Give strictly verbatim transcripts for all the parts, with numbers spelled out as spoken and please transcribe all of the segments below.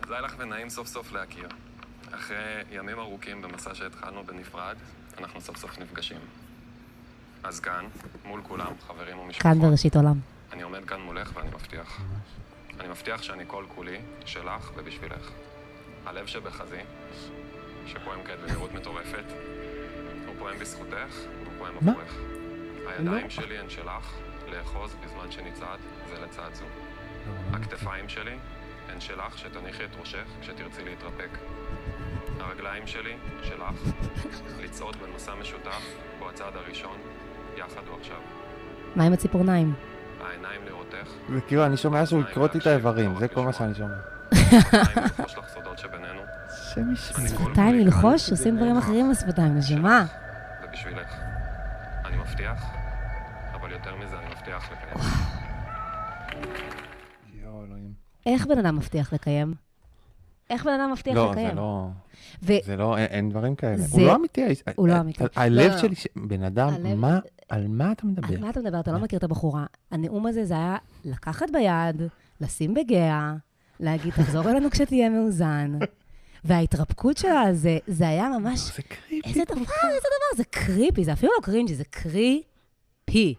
לילה לך ונעים סוף סוף להכיר. אחרי ימים ארוכים במסע שהתחלנו בנפרד, אנחנו סוף סוף נפגשים. אז כאן, מול כולם, חברים ומשפחות. כאן בראשית עולם. אני עומד כאן מולך ואני מבטיח. אני מבטיח שאני כל כולי שלך ובשבילך. הלב שבחזי, שפועם כעת במהירות מטורפת, הוא פועם בזכותך, הוא פועם עבורך. הידיים שלי הן שלך, לאחוז בזמן שנצעד זה לצד זו. הכתפיים שלי הן שלך, שתניחי את ראשך כשתרצי להתרפק. הרגליים שלי, שלך, לצעוד בנושא משותף, הוא הצעד הראשון, יחד הוא עכשיו. מה עם הציפורניים? העיניים לראותך. זה כאילו, אני שומע שהוא יקרות את האיברים, זה כל מה שאני שומע. העיניים ללחוש לך סודות שבינינו. שם ישמע. שפתיים ללחוש? עושים דברים אחרים בשפתיים, נשמה. ובשבילך. אני מבטיח, אבל יותר מזה אני מבטיח לקיים. יואו, אלוהים. איך בן אדם מבטיח לקיים? איך בן אדם מבטיח לא, לקיים? זה לא... ו- זה לא, אין, אין דברים כאלה. זה- הוא לא אמיתי. הוא לא אמיתי. הלב לא, שלי, ש- בן אדם, הלב- מה, על מה אתה מדבר? על מה אתה מדבר? אתה לא מכיר את הבחורה. הנאום הזה זה היה לקחת ביד, לשים בגאה, להגיד, תחזור אלינו כשתהיה מאוזן. וההתרפקות שלה, זה, זה היה ממש... זה קריפי. איזה דבר, איזה דבר, זה קריפי, זה אפילו לא קרינג'י, זה קריפי.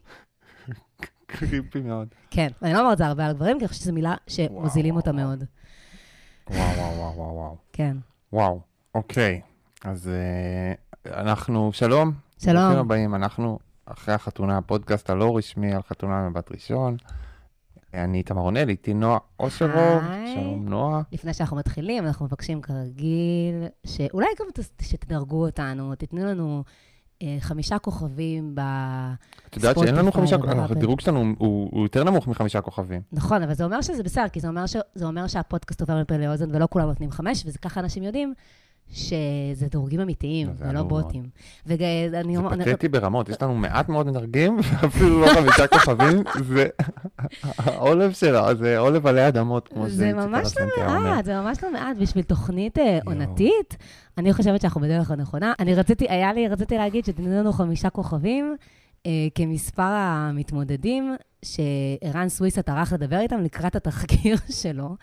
קריפי מאוד. כן, אני לא אומרת זה הרבה על גברים, כי אני חושבת שזו מילה שמוזילים אותה מאוד. וואו, וואו, וואו, וואו, וואו. כן. וואו, אוקיי. אז אה, אנחנו, שלום. שלום. ברוכים הבאים, אנחנו אחרי החתונה, הפודקאסט הלא רשמי על חתונה מבת ראשון. אני איתמר רונל, איתי נועה אושרוב. היי. שלום נועה. לפני שאנחנו מתחילים, אנחנו מבקשים כרגיל, שאולי גם ת- שתדרגו אותנו, תתנו לנו אה, חמישה כוכבים בספוטיפיי. את יודעת שאין לנו חמישה, ובאפל. הדירוג שלנו הוא הוא יותר נמוך מחמישה כוכבים. נכון, אבל זה אומר שזה בסדר, כי זה אומר, ש... זה אומר שהפודקאסט עובר מפה לאוזן, ולא כולם נותנים חמש, וזה ככה אנשים יודעים שזה דורגים אמיתיים, זה ולא עלוב מאוד. בוטים. ואני זה אומר... פתטי ברמות, יש לנו מעט מאוד מדרגים, ואפילו לא חמישה כוכבים, זה העולב שלה, זה עולב עלי אדמות, כמו זה שאיציק ממש הרסנטר לא אומר. מעט, זה ממש לא מעט בשביל תוכנית אה, עונתית. אני חושבת שאנחנו בדרך הנכונה. אני רציתי, היה לי, רציתי להגיד שתתנו לנו חמישה כוכבים, אה, כמספר המתמודדים, שערן סוויסה טרח לדבר איתם לקראת התחקיר שלו.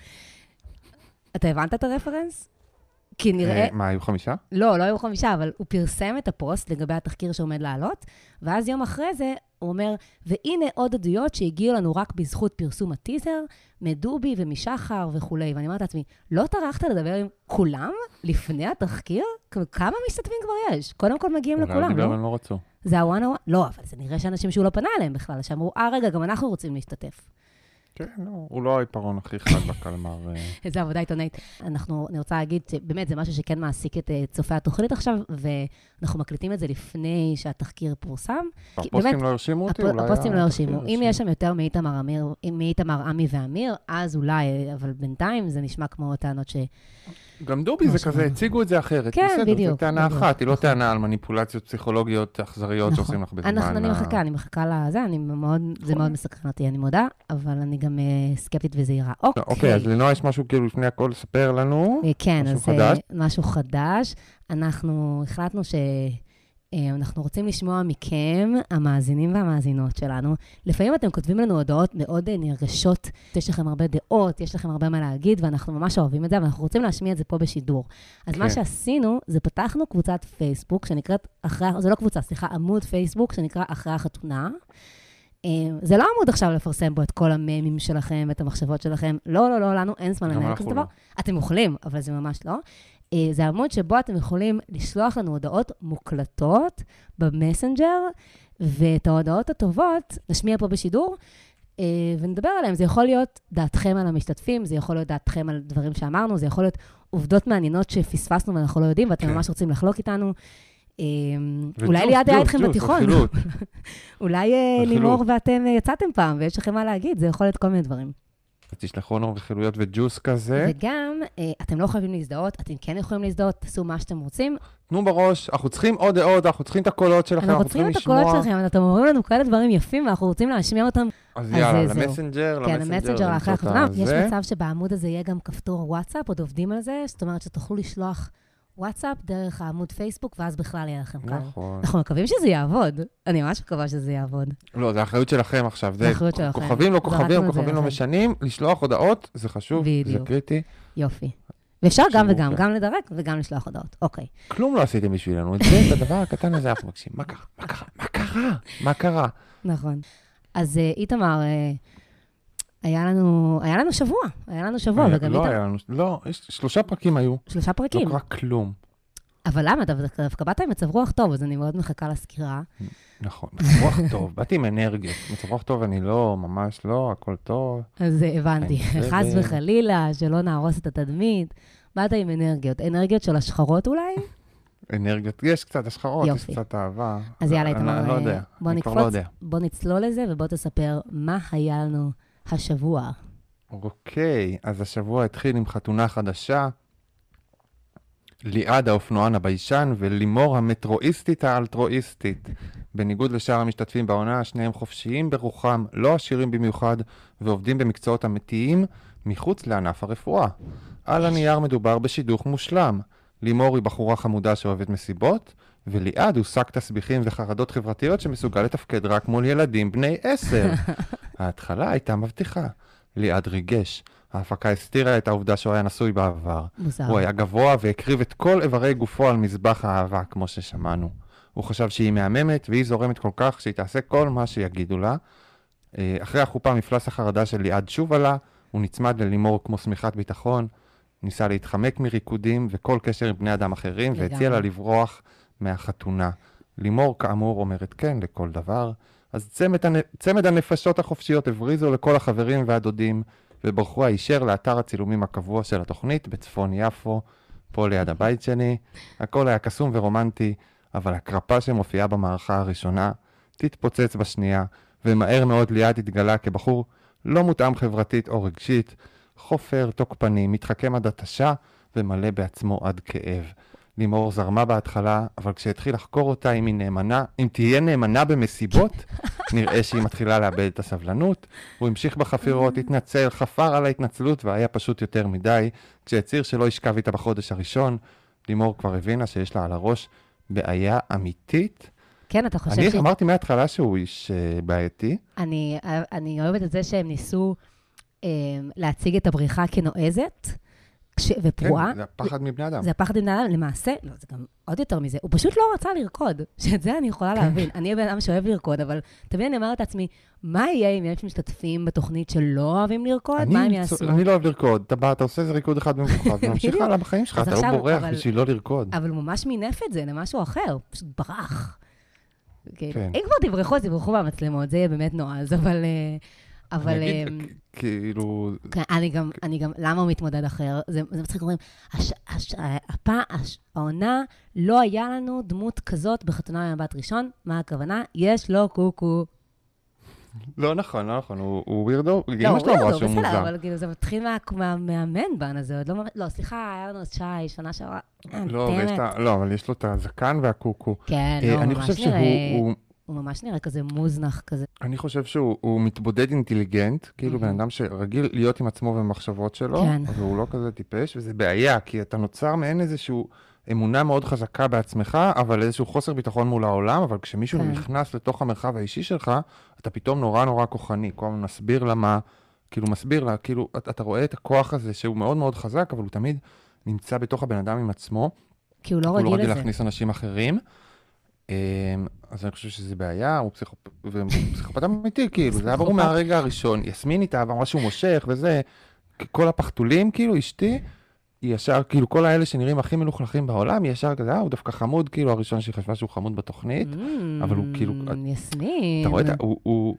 אתה הבנת את הרפרנס? כי נראה... אה, מה, היו חמישה? לא, לא היו חמישה, אבל הוא פרסם את הפוסט לגבי התחקיר שעומד לעלות, ואז יום אחרי זה הוא אומר, והנה עוד עדויות שהגיעו לנו רק בזכות פרסום הטיזר, מדובי ומשחר וכולי. ואני אומרת לעצמי, לא טרחת לדבר עם כולם לפני התחקיר? כמה משתתפים כבר יש? קודם כל מגיעים אולי הוא לכולם, דיבר, לא? הם לא רצו. זה הוואן הוואן? לא, אבל זה נראה שאנשים שהוא לא פנה אליהם בכלל, שאמרו, אה, רגע, גם אנחנו רוצים להשתתף. כן, לא, הוא לא העיפרון הכי חד בקלמר. אה, איזה עבודה עיתונאית. אנחנו, אני רוצה להגיד שבאמת זה משהו שכן מעסיק את אה, צופי התוכנית עכשיו, ואנחנו מקליטים את זה לפני שהתחקיר פורסם. כי הפוסטים באמת, לא הרשימו אותי, הפ- אולי... הפוסטים לא התחקיר הרשימו. אם הרשים. יש שם יותר מאיתמר אמיר, אם מאיתמר עמי ואמיר, אז אולי, אבל בינתיים זה נשמע כמו טענות ש... גם דובי זה משהו. כזה, הציגו את זה אחרת. כן, בסדר, בדיוק, זו טענה בדיוק, אחת, היא לא נכון. טענה על מניפולציות פסיכולוגיות אכזריות שעושים לך בזמן. אנחנו, אני ה- מחכה, אני מחכה לזה, אני מאוד, זה מאוד מסקרן אותי, אני מודה, אבל אני גם אה, סקפטית וזהירה. לא, אוקיי, אז לנועה יש משהו כאילו לפני הכל לספר לנו. אה, כן, משהו אז אה, חדש? משהו חדש. אנחנו החלטנו שאנחנו רוצים לשמוע מכם, המאזינים והמאזינות שלנו. לפעמים אתם כותבים לנו הודעות מאוד אה, נרגשות, יש לכם הרבה דעות, יש לכם הרבה מה להגיד, ואנחנו ממש אוהבים את זה, ואנחנו רוצים להשמיע את זה פה בשידור. אז כן. מה שעשינו, זה פתחנו קבוצת פייסבוק, שנקראת אחרי, זה לא קבוצה, סליחה, עמוד פייסבוק, שנקרא אחרי החתונה. אה, זה לא עמוד עכשיו לפרסם בו את כל הממים שלכם, את המחשבות שלכם. לא, לא, לא, לנו אין זמן גם לנהל אנחנו כזה דבר. לא. אתם יכולים, אבל זה ממש לא. אה, זה עמוד שבו אתם יכולים לשלוח לנו הודעות מוקלטות במסנג'ר, ואת ההודעות הטובות נשמיע פה בשידור, אה, ונדבר עליהם. זה יכול להיות דעתכם על המשתתפים, זה יכול להיות דעתכם על דברים שאמרנו, זה יכול להיות עובדות מעניינות שפספסנו ואנחנו לא יודעים, ואתם כן. ממש רוצים לחלוק איתנו. אה, וג'וס, אולי ליד היה ג'וס, איתכם ג'וס, בתיכון. רכילות. אולי אה, רכילות. לימור ואתם אה, יצאתם פעם, ויש לכם מה להגיד, זה יכול להיות כל מיני דברים. אז תשלחו לנו רכילויות וג'וס כזה. וגם, אה, אתם לא חייבים להזדהות, אתם כן יכולים להזדהות, תעשו מה שאתם רוצים. תנו בראש, אנחנו צריכים עוד דעות, אנחנו צריכים את הקולות שלכם, אנחנו אנחנו צריכים צריכים את הקולות לשמוע. שלכם, אתם אומרים לנו כאלה דברים יפים, ואנחנו רוצים להשמיע אותם. אז אז יאללה, זה- זהו. למסנג'ר, כן, למסנג'ר. המסנג'ר לאחרי למצוא את החתונה. הזה. יש מצב שבעמוד הזה יהיה גם כפתור וואטסאפ, עוד עובדים על זה, זאת אומרת שתוכלו לשלוח וואטסאפ דרך העמוד פייסבוק, ואז בכלל יהיה לכם קל. נכון. אנחנו מקווים שזה יעבוד. אני ממש מקווה שזה יעבוד. לא, זה האחריות שלכם עכשיו. זה האחריות שלכם. כוכבים, לא זרקנו כוכבים, את זה כוכבים לא לכם. משנים, לשלוח הודעות, זה חשוב, זה בדיוק. קריטי. יופי. ואפשר גם שיווק, וגם, כן. גם לדרג וגם לשלוח הודעות. אוקיי. כלום לא עשיתם בשבילנו, את זה, את הדבר הקטן הזה אנחנו מבקשים. מה קרה? מה קרה? מה קרה? מה קרה? נכון. אז אה, איתמר, אה, היה לנו, היה לנו שבוע, היה לנו שבוע, היה- וגם לא איתמר, היה לנו, לא, יש- שלושה פרקים היו, שלושה לא פרקים. קרה כלום. אבל למה? דווקא דווקא באת עם מצב רוח טוב, אז אני מאוד מחכה לסקירה. נכון, מצב רוח טוב, באתי עם אנרגיות. מצב רוח טוב, אני לא, ממש לא, הכל טוב. אז אה, הבנתי, אני חס בסדר. וחלילה, שלא נהרוס את התדמית. באת עם אנרגיות. אנרגיות של השחרות אולי? אנרגיות, יש קצת השחרות, יש יופי. קצת אהבה. אז יאללה, אני- איתמר, אני לא אה, יודע, בוא אני כבר נקפוץ, לא יודע. בוא נצלול לזה, ובוא תספר מה היה לנו השבוע. אוקיי, אז השבוע התחיל עם חתונה חדשה, ליעד האופנוען הביישן ולימור המטרואיסטית האלטרואיסטית. בניגוד לשאר המשתתפים בעונה, שניהם חופשיים ברוחם, לא עשירים במיוחד, ועובדים במקצועות אמיתיים מחוץ לענף הרפואה. על הנייר מדובר בשידוך מושלם. לימור היא בחורה חמודה שאוהבת מסיבות, וליעד הוא שק תסביכים וחרדות חברתיות שמסוגל לתפקד רק מול ילדים בני עשר. ההתחלה הייתה מבטיחה. ליעד ריגש. ההפקה הסתירה את העובדה שהוא היה נשוי בעבר. מוזר. הוא היה גבוה והקריב את כל איברי גופו על מזבח האהבה, כמו ששמענו. הוא חשב שהיא מהממת והיא זורמת כל כך שהיא תעשה כל מה שיגידו לה. אה, אחרי החופה מפלס החרדה של ליעד שוב עלה, הוא נצמד ללימור כמו שמיכת ביטחון, ניסה להתחמק מריקודים וכל קשר עם בני אדם אחרים, לגמרי. והציע לה לברוח מהחתונה. לימור כאמור אומרת כן לכל דבר, אז צמד, הנ... צמד הנפשות החופשיות הבריזו לכל החברים והדודים, וברחו הישר לאתר הצילומים הקבוע של התוכנית בצפון יפו, פה ליד הבית שלי. הכל היה קסום ורומנטי, אבל הקרפה שמופיעה במערכה הראשונה תתפוצץ בשנייה, ומהר מאוד ליעד התגלה כבחור לא מותאם חברתית או רגשית, חופר, תוקפני, מתחכם עד התשה ומלא בעצמו עד כאב. לימור זרמה בהתחלה, אבל כשהתחיל לחקור אותה אם היא נאמנה, אם תהיה נאמנה במסיבות, נראה שהיא מתחילה לאבד את הסבלנות. הוא המשיך בחפירות, התנצל, חפר על ההתנצלות והיה פשוט יותר מדי. כשהציר שלא ישכב איתה בחודש הראשון, לימור כבר הבינה שיש לה על הראש בעיה אמיתית. כן, אתה חושב אני ש... אמרתי מההתחלה שהוא איש אה, בעייתי. אני, אני אוהבת את זה שהם ניסו אה, להציג את הבריחה כנועזת כש, ופרועה. כן, זה הפחד מבני אדם. זה הפחד מבני אדם, למעשה, לא, זה גם עוד יותר מזה. הוא פשוט לא רצה לרקוד, שאת זה אני יכולה להבין. אני בן אדם שאוהב לרקוד, אבל תמיד אני אומרת לעצמי, מה יהיה אם יש משתתפים בתוכנית שלא אוהבים לרקוד? אני מה הם צו- יעשו? אני לא אוהב לרקוד. אתה בא, אתה עושה איזה ריקוד אחד במקומך, וממשיך בדיוק. הלאה בחיים שלך, אז אתה לא עכשיו, בורח אבל- בשביל לא לרקוד. אבל הוא ממש מינף את זה למשהו אחר, הוא פשוט ברח. כאילו, כן. אם כבר תברחו, אז תברחו מהמצלמות, זה יהיה באמת נועז, אבל... אה, אבל... אני אגיד, אה, כאילו, כן, אני גם, אני גם, למה הוא מתמודד אחר? זה, זה מצחיק, אומרים, הש, הש, הפע, הש, העונה, לא היה לנו דמות כזאת בחתונה ממבט ראשון. מה הכוונה? יש לו קוקו. לא נכון, לא נכון, הוא הוא ווירדו, לא, אמא שלו אמרה ווירדו, שהוא בסדר, מוזר. אבל כאילו זה מתחיל מה- מה- מהמן בן הזה, עוד לא, ממש- לא, סליחה, היה לנו את שי, שנה שעברה. אה, לא, ויש באמת. את ה- לא, אבל יש לו את הזקן והקוקו. כן, אה, לא, אני ממש חושב שהוא, נראה, הוא- הוא ממש נראה כזה מוזנח כזה. אני חושב שהוא הוא מתבודד אינטליגנט, כאילו בן אדם שרגיל להיות עם עצמו ובמחשבות שלו, כן. והוא לא כזה טיפש, וזה בעיה, כי אתה נוצר מעין איזשהו אמונה מאוד חזקה בעצמך, אבל איזשהו חוסר ביטחון מול העולם, אבל כשמישהו כן. נכנס לתוך המרחב האישי שלך, אתה פתאום נורא נורא כוחני, כל הזמן מסביר למה, כאילו מסביר לה, כאילו אתה, אתה רואה את הכוח הזה שהוא מאוד מאוד חזק, אבל הוא תמיד נמצא בתוך הבן אדם עם עצמו, כי הוא לא הוא לא רגיל רגיל לזה. להכניס אנשים אחרים. אמ, אז אני חושב שזה בעיה, הוא פסיכופ- והוא פסיכופת אמיתי, כאילו, זה היה ברור פסיכופת. מהרגע הראשון. יסמין איתה ואמרה שהוא מושך וזה, כל הפחתולים, כאילו, אשתי, היא ישר, כאילו, כל האלה שנראים הכי מלוכלכים בעולם, היא ישר כזה, אה, הוא דווקא חמוד, כאילו, הראשון שהיא חשבה שהוא חמוד בתוכנית. אבל הוא כאילו- Mm, יסמין. אתה רואה, את ה- הוא- הוא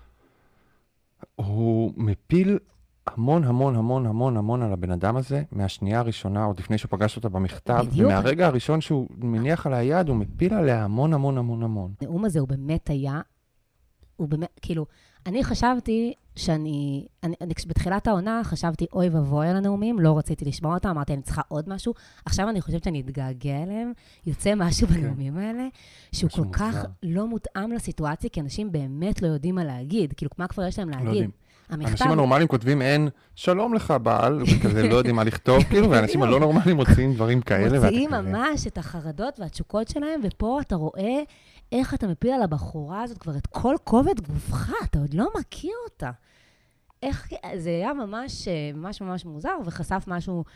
הוא מפיל המון המון המון המון המון על הבן אדם הזה, מהשנייה הראשונה, עוד לפני שהוא פגש אותה במכתב, בדיוק. ומהרגע הראשון שהוא מניח על היד, הוא מפיל עליה המון המון המון המון. הנאום הזה הוא באמת היה, הוא באמת, כאילו, אני חשבתי שאני, אני, אני, בתחילת העונה חשבתי, אוי ובוי על הנאומים, לא רציתי לשמוע אותם, אמרתי, אני צריכה עוד משהו. עכשיו אני חושבת שאני אתגעגע אליהם, יוצא משהו בנאומים האלה, שהוא משהו כל כך מוזר. לא מותאם לסיטואציה, כי אנשים באמת לא יודעים מה להגיד. כאילו, מה כבר יש להם להגיד? יודעים. המכתב, האנשים הנורמליים כותבים אין, שלום לך בעל, וכזה לא יודעים מה לכתוב, כאילו, והאנשים הלא נורמליים מוציאים דברים כאלה. ואתה מוציאים כזה, ממש את החרדות והתשוקות שלהם, ופה אתה רואה איך אתה מפיל על הבחורה הזאת כבר את כל כובד גופך, אתה עוד לא מכיר אותה. איך, זה היה ממש, ממש ממש מוזר, וחשף משהו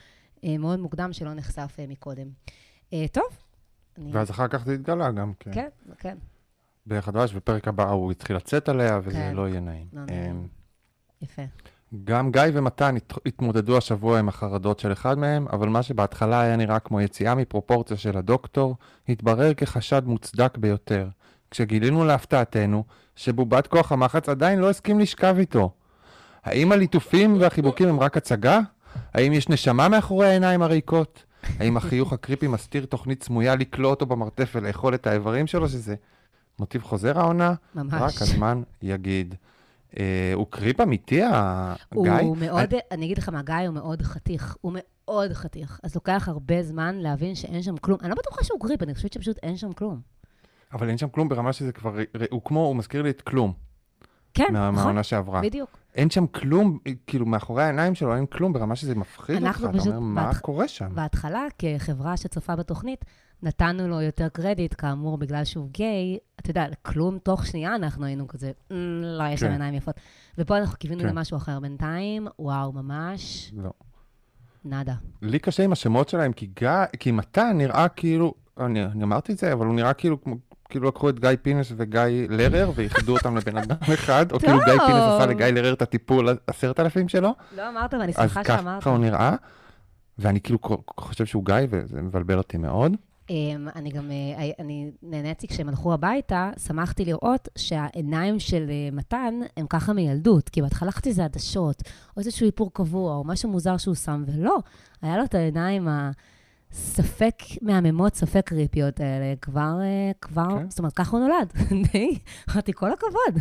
אה, מאוד מוקדם שלא נחשף אה, מקודם. אה, טוב. אני... ואז אחר כך זה התגלה גם, כן. כן, כן. בחדש, בפרק הבא הוא התחיל לצאת עליה, וזה כן. לא יהיה נעים. לא אמ, נעים. יפה. גם גיא ומתן הת- התמודדו השבוע עם החרדות של אחד מהם, אבל מה שבהתחלה היה נראה כמו יציאה מפרופורציה של הדוקטור, התברר כחשד מוצדק ביותר, כשגילינו להפתעתנו שבובת כוח המחץ עדיין לא הסכים לשכב איתו. האם הליטופים והחיבוקים הם רק הצגה? האם יש נשמה מאחורי העיניים הריקות? האם החיוך הקריפי מסתיר תוכנית סמויה לקלוא אותו במרתף ולאכול את האיברים שלו, שזה מוטיב חוזר העונה? ממש. רק הזמן יגיד. אה, הוא קריפ אמיתי, הגיא? הוא מאוד, אני אגיד לך מה, גיא הוא מאוד חתיך. הוא מאוד חתיך. אז לוקח הרבה זמן להבין שאין שם כלום. אני לא בטוחה שהוא קריפ, אני חושבת שפשוט אין שם כלום. אבל אין שם כלום ברמה שזה כבר, הוא כמו, הוא מזכיר לי את כלום. כן, מה- נכון. מהעונה שעברה. בדיוק. אין שם כלום, כאילו מאחורי העיניים שלו אין כלום ברמה שזה מפחיד אותך. אנחנו אתה פשוט אומר, מה בהתח- קורה שם? בהתחלה, כחברה שצופה בתוכנית, נתנו לו יותר קרדיט, כאמור, בגלל שהוא גיי. אתה יודע, כלום תוך שנייה אנחנו היינו כזה, "אמ, לא, יש שם כן. עיניים יפות. ופה אנחנו קיווינו כן. למשהו אחר בינתיים. וואו, ממש לא. נאדה. לי קשה עם השמות שלהם, כי גיא, כי מתן נראה כאילו, אני, אני אמרתי את זה, אבל הוא נראה כאילו, כמו- כאילו לקחו את גיא פינס וגיא לרר, ויחדו אותם לבן אדם אחד, או כאילו גיא טוב. פינס עשה לגיא לרר את הטיפול עשרת אלפים שלו, לא אמרת, ואני אז שמחה שאמרת. ככה הוא נראה, ואני כאילו חושב שהוא גיא, וזה מבלבל אותי מאוד. אמ, אני גם, אה, אני נהניתי כשהם הלכו הביתה, שמחתי לראות שהעיניים של אה, מתן הם ככה מילדות, כי בהתחלה חשבתי זה עדשות, או איזשהו איפור קבוע, או משהו מוזר שהוא שם, ולא, היה לו את העיניים הספק מהממות, ספק קריפיות האלה, כבר, אה, כבר, כן. זאת אומרת, ככה הוא נולד, די, אמרתי, כל הכבוד.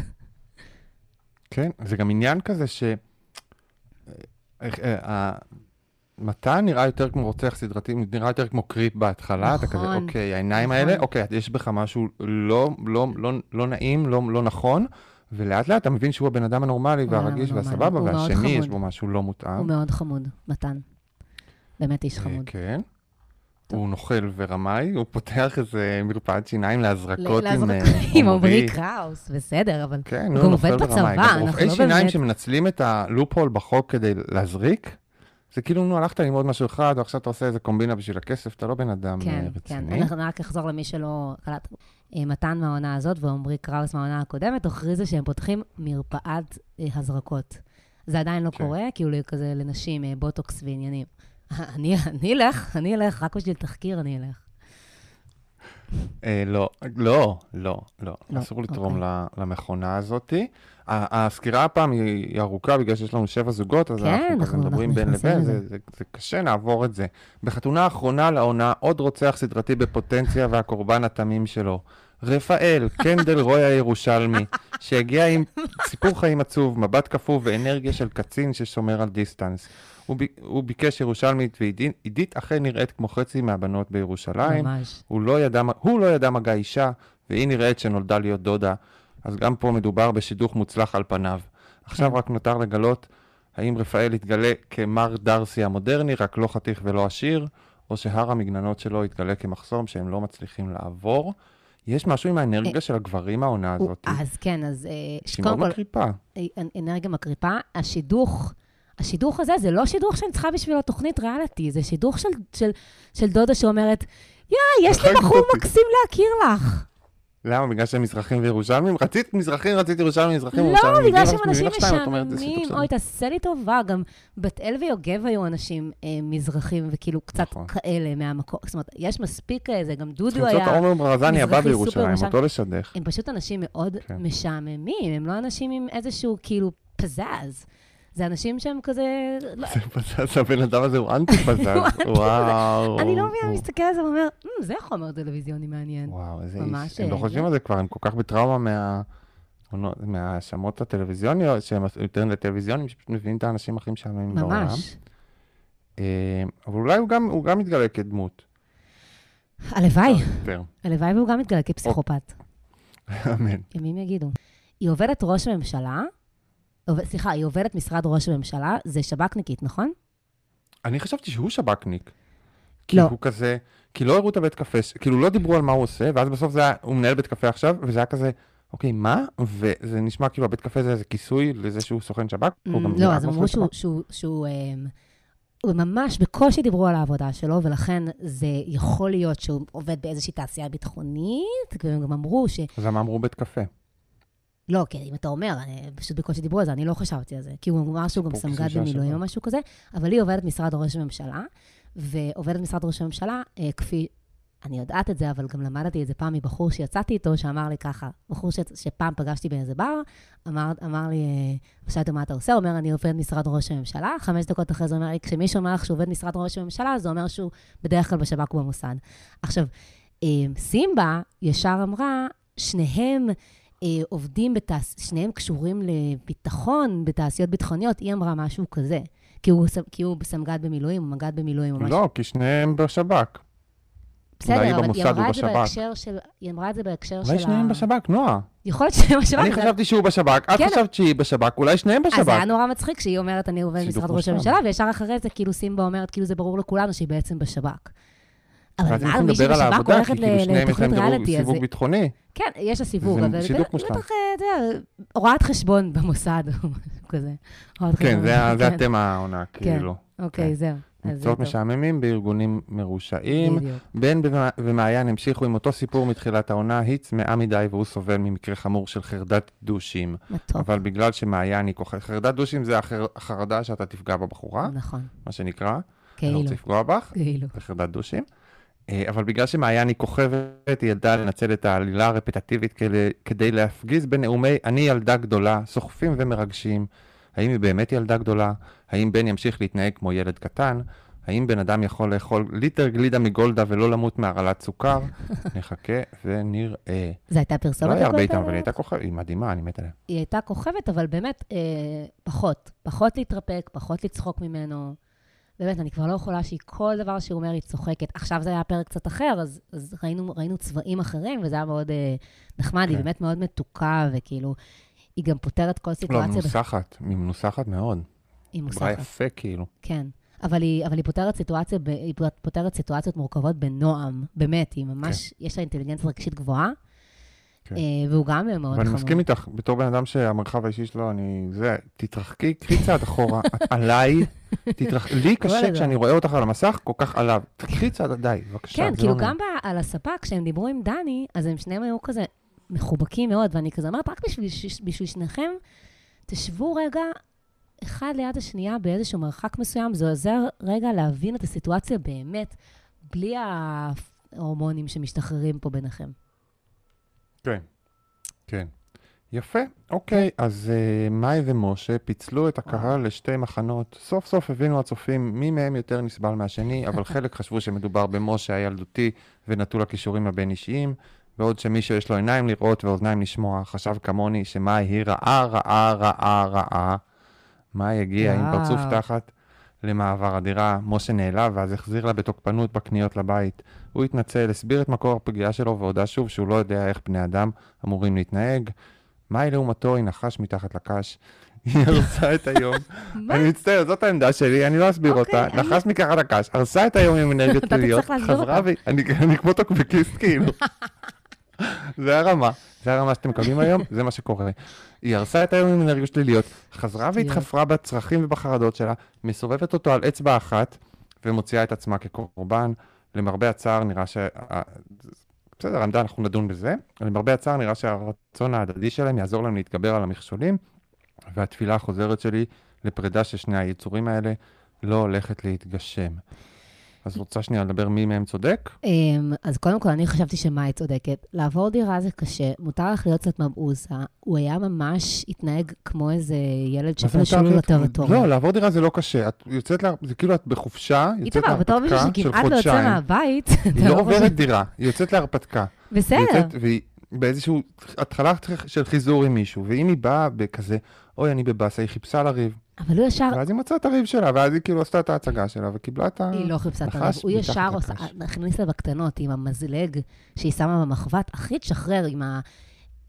כן, זה גם עניין כזה ש... אה, אה, אה, מתן נראה יותר כמו רוצח סדרתי, נראה יותר כמו קריפ בהתחלה, אתה כזה, נכון, אוקיי, העיניים נכון. האלה, אוקיי, יש בך משהו לא, לא, לא, לא נעים, לא, לא נכון, ולאט לאט אתה מבין שהוא הבן אדם הנורמלי הוא והרגיש הנורמלי, והסבבה, הוא מאוד והשני יש חמוד. בו משהו לא מותאם. הוא מאוד חמוד, מתן. באמת איש אה, חמוד. כן. טוב. הוא נוכל ורמאי, הוא פותח איזה מרפאת שיניים להזרקות עם אה, עם עמרי קראוס, בסדר, אבל כן, הוא הוא גם נופל עובד ורמאי. בצבא, גם אנחנו רופאי לא שיניים באמת... שמנצלים את הלופ-הול בחוק כדי להזריק, זה כאילו, נו, הלכת ללמוד משהו אחד, ועכשיו אתה עושה איזה קומבינה בשביל הכסף, אתה לא בן אדם אה, כן, רציני. כן. אנחנו רק אחזור למי שלא קלט. אה, מתן מהעונה הזאת ועמרי קראוס מהעונה הקודמת, הכריזו שהם פותחים מרפאת אה, הזרקות. זה עדיין לא כן. קורה, כאילו כזה לנשים, אה, בוטוקס ועניינים. אני אני אלך, אני אלך, רק בשביל תחקיר אני אלך. אה, לא, לא, לא, לא. לא, אסור לתרום אוקיי. ל- למכונה הזאת. ה- הסקירה הפעם היא היא ארוכה, בגלל שיש לנו שבע זוגות, אז כן, אנחנו כזה אנחנו- מדברים אנחנו בין נכנסים לבין, לזה. זה- זה זה קשה, נעבור את זה. בחתונה האחרונה לעונה, עוד רוצח סדרתי בפוטנציה והקורבן התמים שלו. רפאל, קנדל רוי הירושלמי, שהגיע עם סיפור חיים עצוב, מבט קפוא ואנרגיה של קצין ששומר על דיסטנס. הוא, ב... הוא ביקש ירושלמית, ועידית אכן נראית כמו חצי מהבנות בירושלים. ממש. הוא לא ידע, הוא לא ידע מגע אישה, והיא נראית שנולדה להיות דודה. אז גם פה מדובר בשידוך מוצלח על פניו. עכשיו כן. רק נותר לגלות האם רפאל יתגלה כמר דרסי המודרני, רק לא חתיך ולא עשיר, או שהר המגננות שלו יתגלה כמחסום שהם לא מצליחים לעבור. יש משהו עם האנרגיה של הגברים העונה הוא- הזאת. אז כן, אז... אה, שהיא קודם מאוד כל, מקריפה. אנ- אנרגיה מקריפה. השידוך, השידוך הזה זה לא שידוך שאני צריכה בשבילו תוכנית ריאליטי, זה שידוך של, של, של דודה שאומרת, יא, יש לי החרגת בחור אותי." מקסים להכיר לך. למה? בגלל שהם מזרחים וירושלמים? רצית מזרחים, רצית ירושלמים, מזרחים לא, וירושלמים. בגלל הגיע שהם לך אנשים מבינה שתיים, את אומרת, זה שיתוף משעממים. של- אוי, תעשה לי טובה. גם בת אל ויוגב היו אנשים אה, מזרחים, וכאילו קצת נכון. כאלה מהמקום. זאת אומרת, יש מספיק איזה, גם דודו צריכים למצוא את היה... העומר ברזני הבא מזרחי, בירושלים, סופר אותו לשדך. הם פשוט אנשים מאוד כן. משעממים, הם לא אנשים עם איזשהו כאילו פזז. זה אנשים שהם כזה... לא, זה פזז, הבן אדם הזה הוא אנטי פזז. הוא אנטי וואו. אני לא מבינה, הוא- מסתכל על זה ואומר, "מ, זה חומר טלוויזיוני מעניין. וואו, איזה ממש, איש. הם לא אה, חושבים על זה כבר, הם כל כך בטראומה מה... מההאשמות הטלוויזיוניות, שהם יותר לטלוויזיונים, שפשוט מביאים את האנשים הכי משעממים בעולם. ממש. אה, אבל אולי הוא גם- הוא גם מתגלה כדמות. הלוואי, יותר. הלוואי והוא גם מתגלה כפסיכופת. אמן. ימים יגידו. היא עובדת ראש הממשלה, עובד- סליחה, היא עובדת משרד ראש הממשלה, זה שב"כניקית, נכון? אני חשבתי שהוא שב"כניק. כי לא. הוא כזה, כי לא הראו את הבית קפה, ש- כאילו לא דיברו על מה הוא עושה, ואז בסוף זה היה, הוא מנהל בית קפה עכשיו, וזה היה כזה, אוקיי, מה? וזה נשמע כאילו הבית קפה זה איזה כיסוי לזה שהוא סוכן שב"כ? הוא גם לא, נראה אז כמו אמרו סוכן שהוא- שב"כ. שהוא- שהוא, אמ, ממש בקושי דיברו על העבודה שלו, ולכן זה יכול להיות שהוא עובד באיזושהי תעשייה ביטחונית, והם גם אמרו ש... אז הם אמרו בית קפה. לא, כי אם אתה אומר, אני פשוט בקושי דיברו על זה, אני לא חשבתי על זה, כי הוא אמר שהוא גם סמג"ד במילואים או משהו כזה, אבל היא עובדת משרד ראש הממשלה, ועובדת משרד ראש הממשלה, כפי, אני יודעת את זה, אבל גם למדתי את זה פעם מבחור שיצאתי איתו, שאמר לי ככה, בחור ש... שפעם פגשתי באיזה בר, אמר, אמר לי, שאלתי מה אתה עושה? הוא אומר, אני עובד משרד ראש הממשלה, חמש דקות אחרי זה אומר לי, כשמישהו אומר לך שהוא עובד משרד ראש הממשלה, זה אומר שהוא בדרך כלל בשב"כ ובמוסד. עכשיו, סימבה ישר אמרה, שניהם עובדים, בתעש... שניהם קשורים לביטחון, בתעשיות ביטחוניות, היא אמרה משהו כזה, כי הוא, כי הוא סמג"ד במילואים, הוא מג"ד במילואים או משהו. לא, כי שניהם בשב"כ. בסדר, אבל היא אמרה את זה בהקשר של... היא אמרה את זה בהקשר של... אולי שניהם בשב"כ, נועה. יכול להיות שניהם בשב"כ. אני חשבתי שהוא בשב"כ, את חשבת שהיא בשב"כ, אולי שניהם בשב"כ. אז זה היה נורא מצחיק שהיא אומרת, אני עובד במשרד ראש הממשלה, וישר אחרי זה, כאילו סימבה אומרת, כאילו זה ברור לכולנו שהיא בעצם בשב"כ. אבל מה, מישהי בשב"כ הולכת לתוכנית ריאליטי, סיווג ביטחוני. כן, יש הסיווג, אבל... זה שידוך מושלם. בטח, אתה יודע, הוראת חשבון במוסד, או משהו כזה. כן, זה התמה העונה, כאילו. אוקיי, זהו. מקצועות משעממים בארגונים מרושעים. בן ומעיין המשיכו עם אותו סיפור מתחילת העונה, היא צמאה מדי והוא סובל ממקרה חמור של חרדת דושים. אבל בגלל שמעיין היא כוחת, חרדת דושים זה החרדה שאתה תפגע בבחורה. נכון. מה שנקרא. כאילו. אני רוצה לפגוע בך. כאילו. חרדת דושים. אבל בגלל שמעיין היא כוכבת, היא ידעה לנצל את העלילה הרפטטיבית כדי להפגיז בנאומי אני ילדה גדולה, סוחפים ומרגשים. האם היא באמת ילדה גדולה? האם בן ימשיך להתנהג כמו ילד קטן? האם בן אדם יכול לאכול ליטר גלידה מגולדה ולא למות מהרעלת סוכר? נחכה ונראה. זה הייתה פרסומת? לא היה הרבה איתם, אבל היא הייתה כוכבת, היא מדהימה, אני מת עליה. היא הייתה כוכבת, אבל באמת אה, פחות. פחות להתרפק, פחות לצחוק ממנו. באמת, אני כבר לא יכולה שהיא כל דבר שהוא אומר היא צוחקת. עכשיו זה היה פרק קצת אחר, אז, אז ראינו, ראינו צבעים אחרים, וזה היה מאוד אה, נחמד, היא באמת מאוד מתוקה, וכאילו... היא גם פותרת כל סיטואציה... לא, מנוסחת, היא מנוסחת מאוד. היא מנוסחת. דברה יפה, כאילו. כן, אבל היא, אבל היא פותרת סיטואציה, היא פותרת סיטואציות מורכבות בנועם, באמת, היא ממש, כן. יש לה אינטליגנציה רגשית גבוהה, כן. והוא גם מאוד חמור. ואני מסכים איתך, בתור בן אדם שהמרחב האישי שלו, אני, זה, תתרחקי, קחי צעד אחורה, את עליי, תתרחקי, לי קשה כשאני רואה אותך על המסך, כל כך עליו, תקחי צעד עדיי, בבקשה. כן, כאילו גם על הספה, כשהם דיברו עם דני, אז הם שניהם היו כזה, מחובקים מאוד, ואני כזה אומרת, רק בשביל, בשביל שניכם, תשבו רגע אחד ליד השנייה באיזשהו מרחק מסוים, זה עוזר רגע להבין את הסיטואציה באמת, בלי ההורמונים שמשתחררים פה ביניכם. כן, כן. יפה, אוקיי, אז uh, מאי ומשה פיצלו את הקהל לשתי מחנות. סוף סוף הבינו הצופים מי מהם יותר נסבל מהשני, אבל חלק חשבו שמדובר במשה הילדותי ונטול הכישורים הבין-אישיים, בעוד שמישהו יש לו עיניים לראות ואוזניים לשמוע, חשב כמוני שמאי היא רעה, רעה, רעה, רעה. מאי הגיע עם פרצוף תחת למעבר הדירה, משה נעלב ואז החזיר לה בתוקפנות בקניות לבית. הוא התנצל, הסביר את מקור הפגיעה שלו והודע שוב שהוא לא יודע איך בני אדם אמורים להתנהג. מאי לעומתו היא נחש מתחת לקש. היא הרסה את היום. אני מצטער, זאת העמדה שלי, אני לא אסביר אותה. נחש מתחת לקש, הרסה את היום עם אנרגיות שליליות, חזרה ו... אני כמו טוקבקיסט כאילו. זה הרמה, זה הרמה שאתם מקבלים היום, זה מה שקורה. היא הרסה את היום עם אנרגיות שליליות, חזרה והתחפרה בצרכים ובחרדות שלה, מסובבת אותו על אצבע אחת, ומוציאה את עצמה כקורבן. למרבה הצער נראה ש... בסדר, עמדה, אנחנו נדון בזה. למרבה הצער נראה שהרצון ההדדי שלהם יעזור להם להתגבר על המכשולים, והתפילה החוזרת שלי לפרידה של שני היצורים האלה לא הולכת להתגשם. אז רוצה שנייה לדבר מי מהם צודק? אז קודם כל, אני חשבתי שמאי צודקת. לעבור דירה זה קשה, מותר לך להיות קצת מבעוסה. הוא היה ממש התנהג כמו איזה ילד שפלשו לו לטריטוריה. לא, לעבור דירה זה לא קשה. את יוצאת לה, זה כאילו את בחופשה, יוצאת להרפתקה של חודשיים. שכמעט לא יוצא מהבית. היא לא עוברת דירה, היא יוצאת להרפתקה. בסדר. והיא באיזשהו התחלה של חיזור עם מישהו, ואם היא באה בכזה, אוי, אני בבאסה, היא חיפשה לריב. אבל הוא ישר... ואז היא מצאה את הריב שלה, ואז היא כאילו עשתה את ההצגה שלה, וקיבלה את הנחש. היא לא חיפשה את הריב. הוא ישר הכניס לה בקטנות עם המזלג שהיא שמה במחבת, הכי תשחרר עם ה...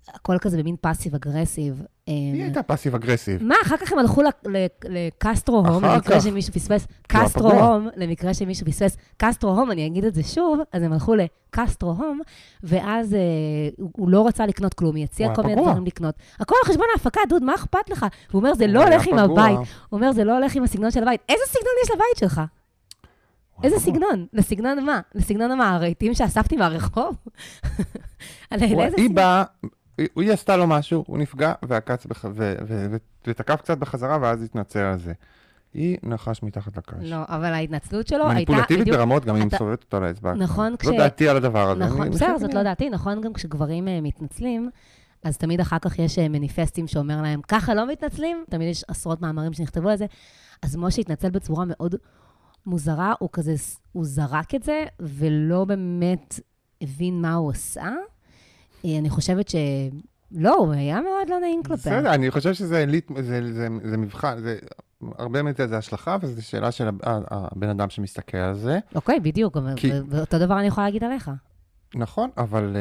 הכל כזה במין פאסיב אגרסיב. היא הייתה פאסיב אגרסיב. מה, אחר כך הם הלכו לקסטרו הום, למקרה שמישהו פספס, קסטרו הום, למקרה שמישהו פספס, קסטרו הום, אני אגיד את זה שוב, אז הם הלכו לקסטרו הום, ואז הוא לא רצה לקנות כלום, היא הציעה כל מיני דברים לקנות. הכל על חשבון ההפקה, דוד, מה אכפת לך? הוא אומר, זה לא הולך עם הבית. הוא אומר, זה לא הולך עם הסגנון של הבית. איזה סגנון יש לבית שלך? איזה סגנון? לסגנון מה? לסגנון מה? הרהיטים שאספתי מהרחוב? היא באה, היא עשתה לו משהו, הוא נפגע ועקץ ותקף קצת בחזרה, ואז התנצל על זה. היא נחש מתחת לקש. לא, אבל ההתנצלות שלו הייתה... מניפולטיבית ברמות, גם היא מסובבת אותו לאצבע. נכון, כש... לא דעתי על הדבר הזה. נכון, בסדר, זאת לא דעתי. נכון, גם כשגברים מתנצלים, אז תמיד אחר כך יש מניפסטים שאומר להם, ככה לא מתנצלים, תמיד יש עשרות מאמרים שנכתבו על זה. אז משה התנצל בצורה מאוד מוזרה, הוא כזה, הוא זרק את זה, ולא באמת הבין מה הוא עושה. אני חושבת ש... לא, הוא היה מאוד לא נעים כלפי. בסדר, אני חושב שזה זה מבחן, זה הרבה מזה זה השלכה, וזו שאלה של הבן אדם שמסתכל על זה. אוקיי, בדיוק, ואותו דבר אני יכולה להגיד עליך. נכון, אבל...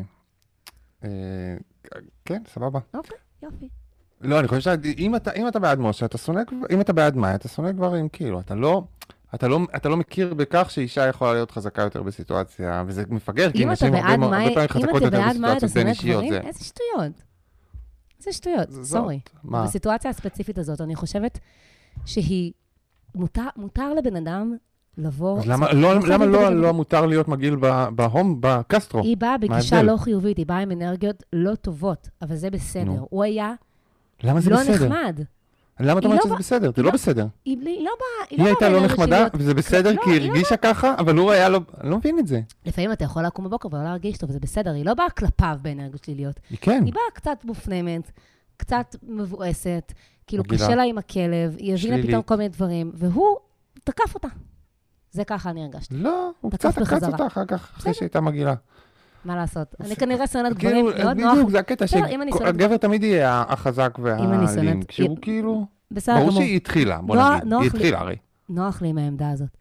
כן, סבבה. אוקיי, יופי. לא, אני חושב שאם אתה בעד משה, אתה שונא, אם אתה בעד מאי, אתה שונא גברים, כאילו, אתה לא... אתה לא, אתה לא מכיר בכך שאישה יכולה להיות חזקה יותר בסיטואציה, וזה מפגר, כי נשים הרבה פעמים חזקות יותר בסיטואציות בין אישיות. איזה שטויות. איזה שטויות, סורי. בסיטואציה הספציפית הזאת, אני חושבת שהיא, מותר לבן אדם לבוא... אז למה לא מותר להיות מגעיל בהום, בקסטרו? היא באה בגישה לא חיובית, היא באה עם אנרגיות לא טובות, אבל זה בסדר. הוא היה לא נחמד. למה אתה אומרת שזה בסדר? זה לא בסדר. היא לא באה... היא הייתה לא נחמדה, וזה בסדר כי היא הרגישה ככה, אבל הוא היה לא... אני לא מבין את זה. לפעמים אתה יכול לקום בבוקר ולא להרגיש טוב, וזה בסדר. היא לא באה כלפיו באנרגיות שליליות. היא כן. היא באה קצת מופנמת, קצת מבואסת, כאילו קשה לה עם הכלב, היא הבינה פתאום כל מיני דברים, והוא תקף אותה. זה ככה אני הרגשתי. לא, הוא קצת תקף אותה אחר כך, אחרי שהייתה מגילה. מה לעשות? אני כנראה שונאת גברים מאוד נוח. בדיוק, זה הקטע שהגבר תמיד יהיה החזק והאלים, כשהוא כאילו... ברור שהיא התחילה, בוא נגיד, היא התחילה הרי. נוח לי עם העמדה הזאת.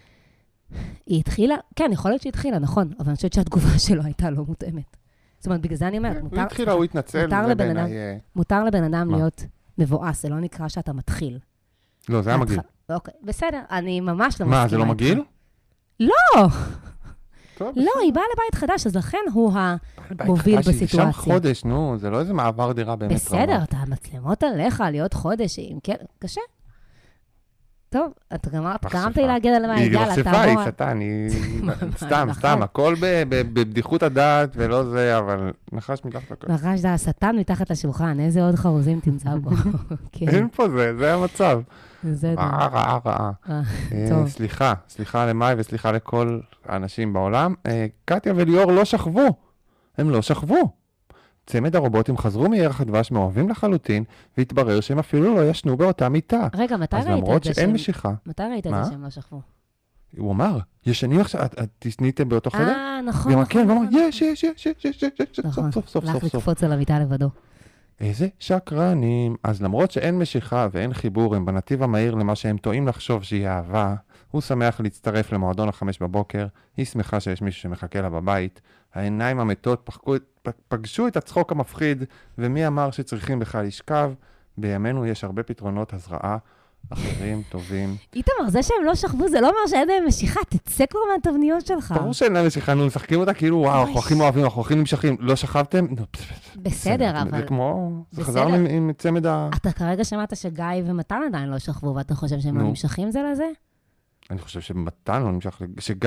היא התחילה, כן, יכול להיות שהיא התחילה, נכון, אבל אני חושבת שהתגובה שלו הייתה לא מותאמת. זאת אומרת, בגלל זה אני אומרת, הוא התחילה, הוא התנצל, זה בעיניי... מותר לבן אדם להיות מבואס, זה לא נקרא שאתה מתחיל. לא, זה היה מגעיל. אוקיי, בסדר, אני ממש לא מסכימה. מה, זה לא מגעיל? לא! לא, היא באה לבית חדש, אז לכן הוא המוביל בסיטואציה. שם חודש, נו, זה לא איזה מעבר דירה באמת. בסדר, אתה מצלמות עליך להיות חודש, כן, קשה. טוב, אתה גרמת לי להגיד על מה, היא מחשפה, היא סתה, אני... סתם, סתם, הכל בבדיחות הדעת ולא זה, אבל נחש מתחת לקש. נחש זה השטן מתחת לשולחן, איזה עוד חרוזים תמצא בו. אין פה זה, זה המצב. זה רעה, רעה, רעה. סליחה, סליחה למאי וסליחה לכל האנשים בעולם. קטיה וליאור לא שכבו, הם לא שכבו. צמד הרובוטים חזרו מירח הדבש מאוהבים לחלוטין, והתברר שהם אפילו לא ישנו באותה מיטה. רגע, מתי ראית את זה? אז למרות שאין משיכה. מתי ראית את זה שהם לא שכבו? הוא אמר, ישנים עכשיו, את תשניתם באותו חדר? אה, נכון. והוא כן, הוא אמר, יש, יש, יש, יש, יש, יש, נכון, סוף, סוף, לך סוף, סוף. לקפוץ על המיטה לבדו. איזה שקרנים. אז למרות שאין משיכה ואין חיבור הם בנתיב המהיר למה שהם טועים לחשוב שהיא אהבה, הוא שמח להצטרף למועדון החמש בבוקר, היא שמחה שיש מישהו שמחכה לה בבית, העיניים המתות פגשו את הצחוק המפחיד, ומי אמר שצריכים בכלל לשכב? בימינו יש הרבה פתרונות הזרעה, אחרים טובים. איתמר, זה שהם לא שכבו, זה לא אומר שאין להם משיכה, תצא כבר מהתבניות שלך. ברור שאין להם משיכה, נו, משחקים אותה כאילו, וואו, אנחנו הכי אוהבים, אנחנו הכי נמשכים, לא שכבתם? בסדר, אבל... זה כמו, זה חזר עם צמד ה... אתה כרגע שמעת שגיא ומתן עדיין לא שכבו, ואתה חושב שהם לא נמשכים זה לזה? אני חושב שמתן לא נמשך, שגיא,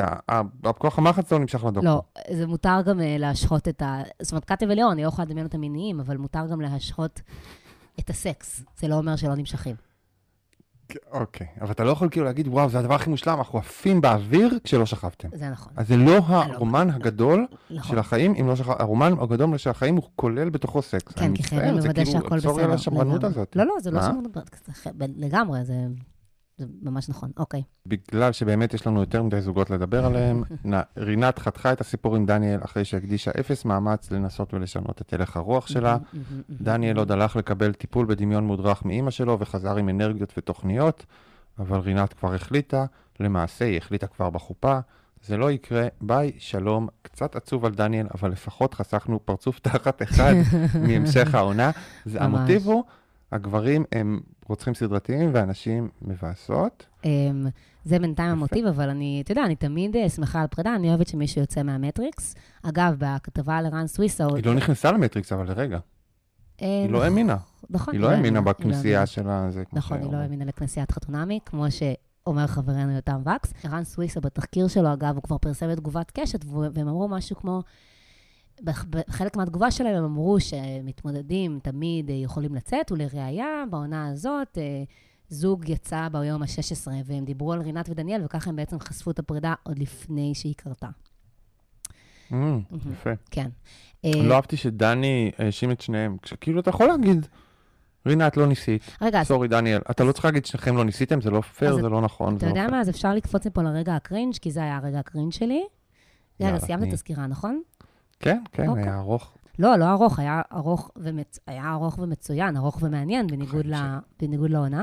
שהכוח המחץ לא נמשך לדוקו. לא, זה מותר גם להשחות את ה... זאת אומרת, קטיה וליאור, אני לא יכולה לדמיין את המיניים, אבל מותר גם להשחות את הסקס. זה לא אומר שלא נמשכים. אוקיי, אבל אתה לא יכול כאילו להגיד, וואו, זה הדבר הכי מושלם, אנחנו עפים באוויר כשלא שכבתם. זה נכון. אז זה לא הרומן הגדול של החיים, אם לא שכבתם. הרומן הגדול של החיים הוא כולל בתוכו סקס. כן, כי חייבים לוודא שהכל בסדר. צורי על השמרנות הזאת. לא, לא, זה לא שמרנות, לגמרי, זה... זה ממש נכון, אוקיי. בגלל שבאמת יש לנו יותר מדי זוגות לדבר עליהם, רינת חתכה את הסיפור עם דניאל אחרי שהקדישה אפס מאמץ לנסות ולשנות את הלך הרוח שלה. דניאל עוד הלך לקבל טיפול בדמיון מודרך מאמא שלו וחזר עם אנרגיות ותוכניות, אבל רינת כבר החליטה, למעשה היא החליטה כבר בחופה, זה לא יקרה, ביי, שלום, קצת עצוב על דניאל, אבל לפחות חסכנו פרצוף תחת אחד מהמשך העונה. זה, המוטיב הוא, הגברים הם רוצחים סדרתיים ואנשים מבאסות. זה בינתיים המוטיב, אבל אני, אתה יודע, אני תמיד שמחה על פרידה, אני אוהבת שמישהו יוצא מהמטריקס. אגב, בכתבה על ערן סוויסה... היא לא נכנסה למטריקס, אבל לרגע. היא לא האמינה. נכון. היא לא האמינה בכנסייה שלה. נכון, היא לא האמינה לכנסיית חתונמי, כמו שאומר חברנו יותם וקס. ערן סוויסה בתחקיר שלו, אגב, הוא כבר פרסם את תגובת קשת, והם אמרו משהו כמו... בחלק מהתגובה שלהם הם אמרו שמתמודדים תמיד יכולים לצאת, ולראיה, בעונה הזאת, זוג יצא ביום ה-שש עשרה, והם דיברו על רינת ודניאל, וככה הם בעצם חשפו את הפרידה עוד לפני שהיא קרתה. יפה. כן. לא אהבתי שדני האשים את שניהם, כאילו אתה יכול להגיד, רינת לא ניסית, סורי דניאל, אתה לא צריך להגיד שניכם לא ניסיתם, זה לא פייר, זה לא נכון. אתה יודע מה, אז אפשר לקפוץ מפה לרגע הקרינג', כי זה היה הרגע הקרינג' שלי. יאללה, סיימת את הסקירה, נכון? כן, כן, היה ארוך. לא, לא ארוך, היה ארוך, ומצ... היה ארוך ומצוין, ארוך ומעניין, בניגוד, ל... בניגוד לעונה.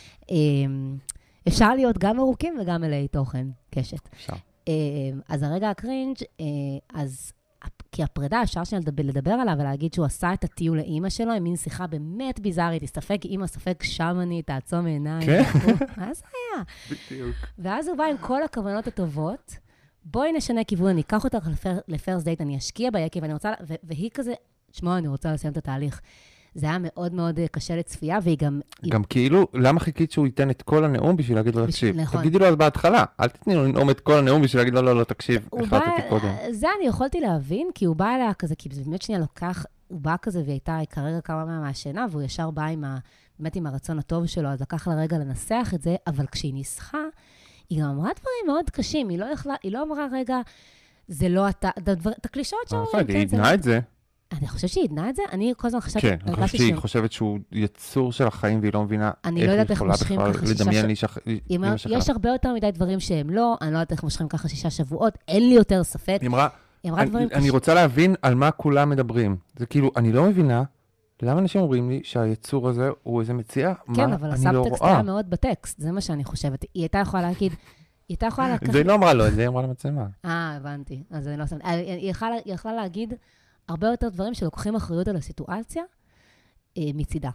אפשר להיות גם ארוכים וגם מלאי תוכן, קשת. אפשר. אז הרגע הקרינג', אז כי הפרידה, אפשר שנייה לדבר עליו ולהגיד שהוא עשה את הטיול לאמא שלו, עם מין שיחה באמת ביזארית, הסתפק אמא, ספק שמני, תעצום עיניים. כן? מה זה היה? בדיוק. ואז הוא בא עם כל הכוונות הטובות, בואי נשנה כיוון, אני אקח אותך לפרסט דייט, אני אשקיע ביקי, ואני רוצה, והיא כזה, שמוע, אני רוצה לסיים את התהליך. זה היה מאוד מאוד קשה לצפייה, והיא גם... גם כאילו, למה חיכית שהוא ייתן את כל הנאום בשביל להגיד לו, תקשיב? תגידי לו אז בהתחלה, אל תתני לו לנאום את כל הנאום בשביל להגיד לו, לא, לא, תקשיב, החלטתי קודם. זה אני יכולתי להבין, כי הוא בא אליה כזה, כי זה באמת שנייה לוקח, הוא בא כזה, והיא הייתה כרגע כמה מהשינה, והוא ישר בא עם ה, באמת עם הרצון הטוב שלו, אז לקח לה רגע לנסח את זה, אבל כשהיא ניסחה, היא גם אמרה דברים מאוד קשים, היא לא יכלה, היא לא אמרה רגע, זה לא אתה, את הקלישות שאומרים, היא עדנה את זה. אני חושבת שהיא עדנה את זה, אני כל הזמן חשבתי... כן, אני חושבת שהיא חושבת שהוא יצור של החיים, והיא לא מבינה איך היא יכולה בכלל לדמיין לי שישה... יש הרבה יותר מדי דברים שהם לא, אני לא יודעת איך מושכים ככה שישה שבועות, אין לי יותר ספק. היא אמרה, אני רוצה להבין על מה כולם מדברים. זה כאילו, אני לא מבינה, למה אנשים אומרים לי שהיצור הזה הוא איזה מציאה? כן, אבל הסאבטקסט היה מאוד בטקסט, זה מה שאני חושבת. היא הייתה יכולה להגיד... היא הייתה יכולה לקחת... זה לא אמרה לו, זה אמרה למצלמה. אה, הבנתי. אז אני לא שמת. היא יכלה להגיד הרבה יותר דברים שלוקחים אחריות על הסיטואציה מצידה.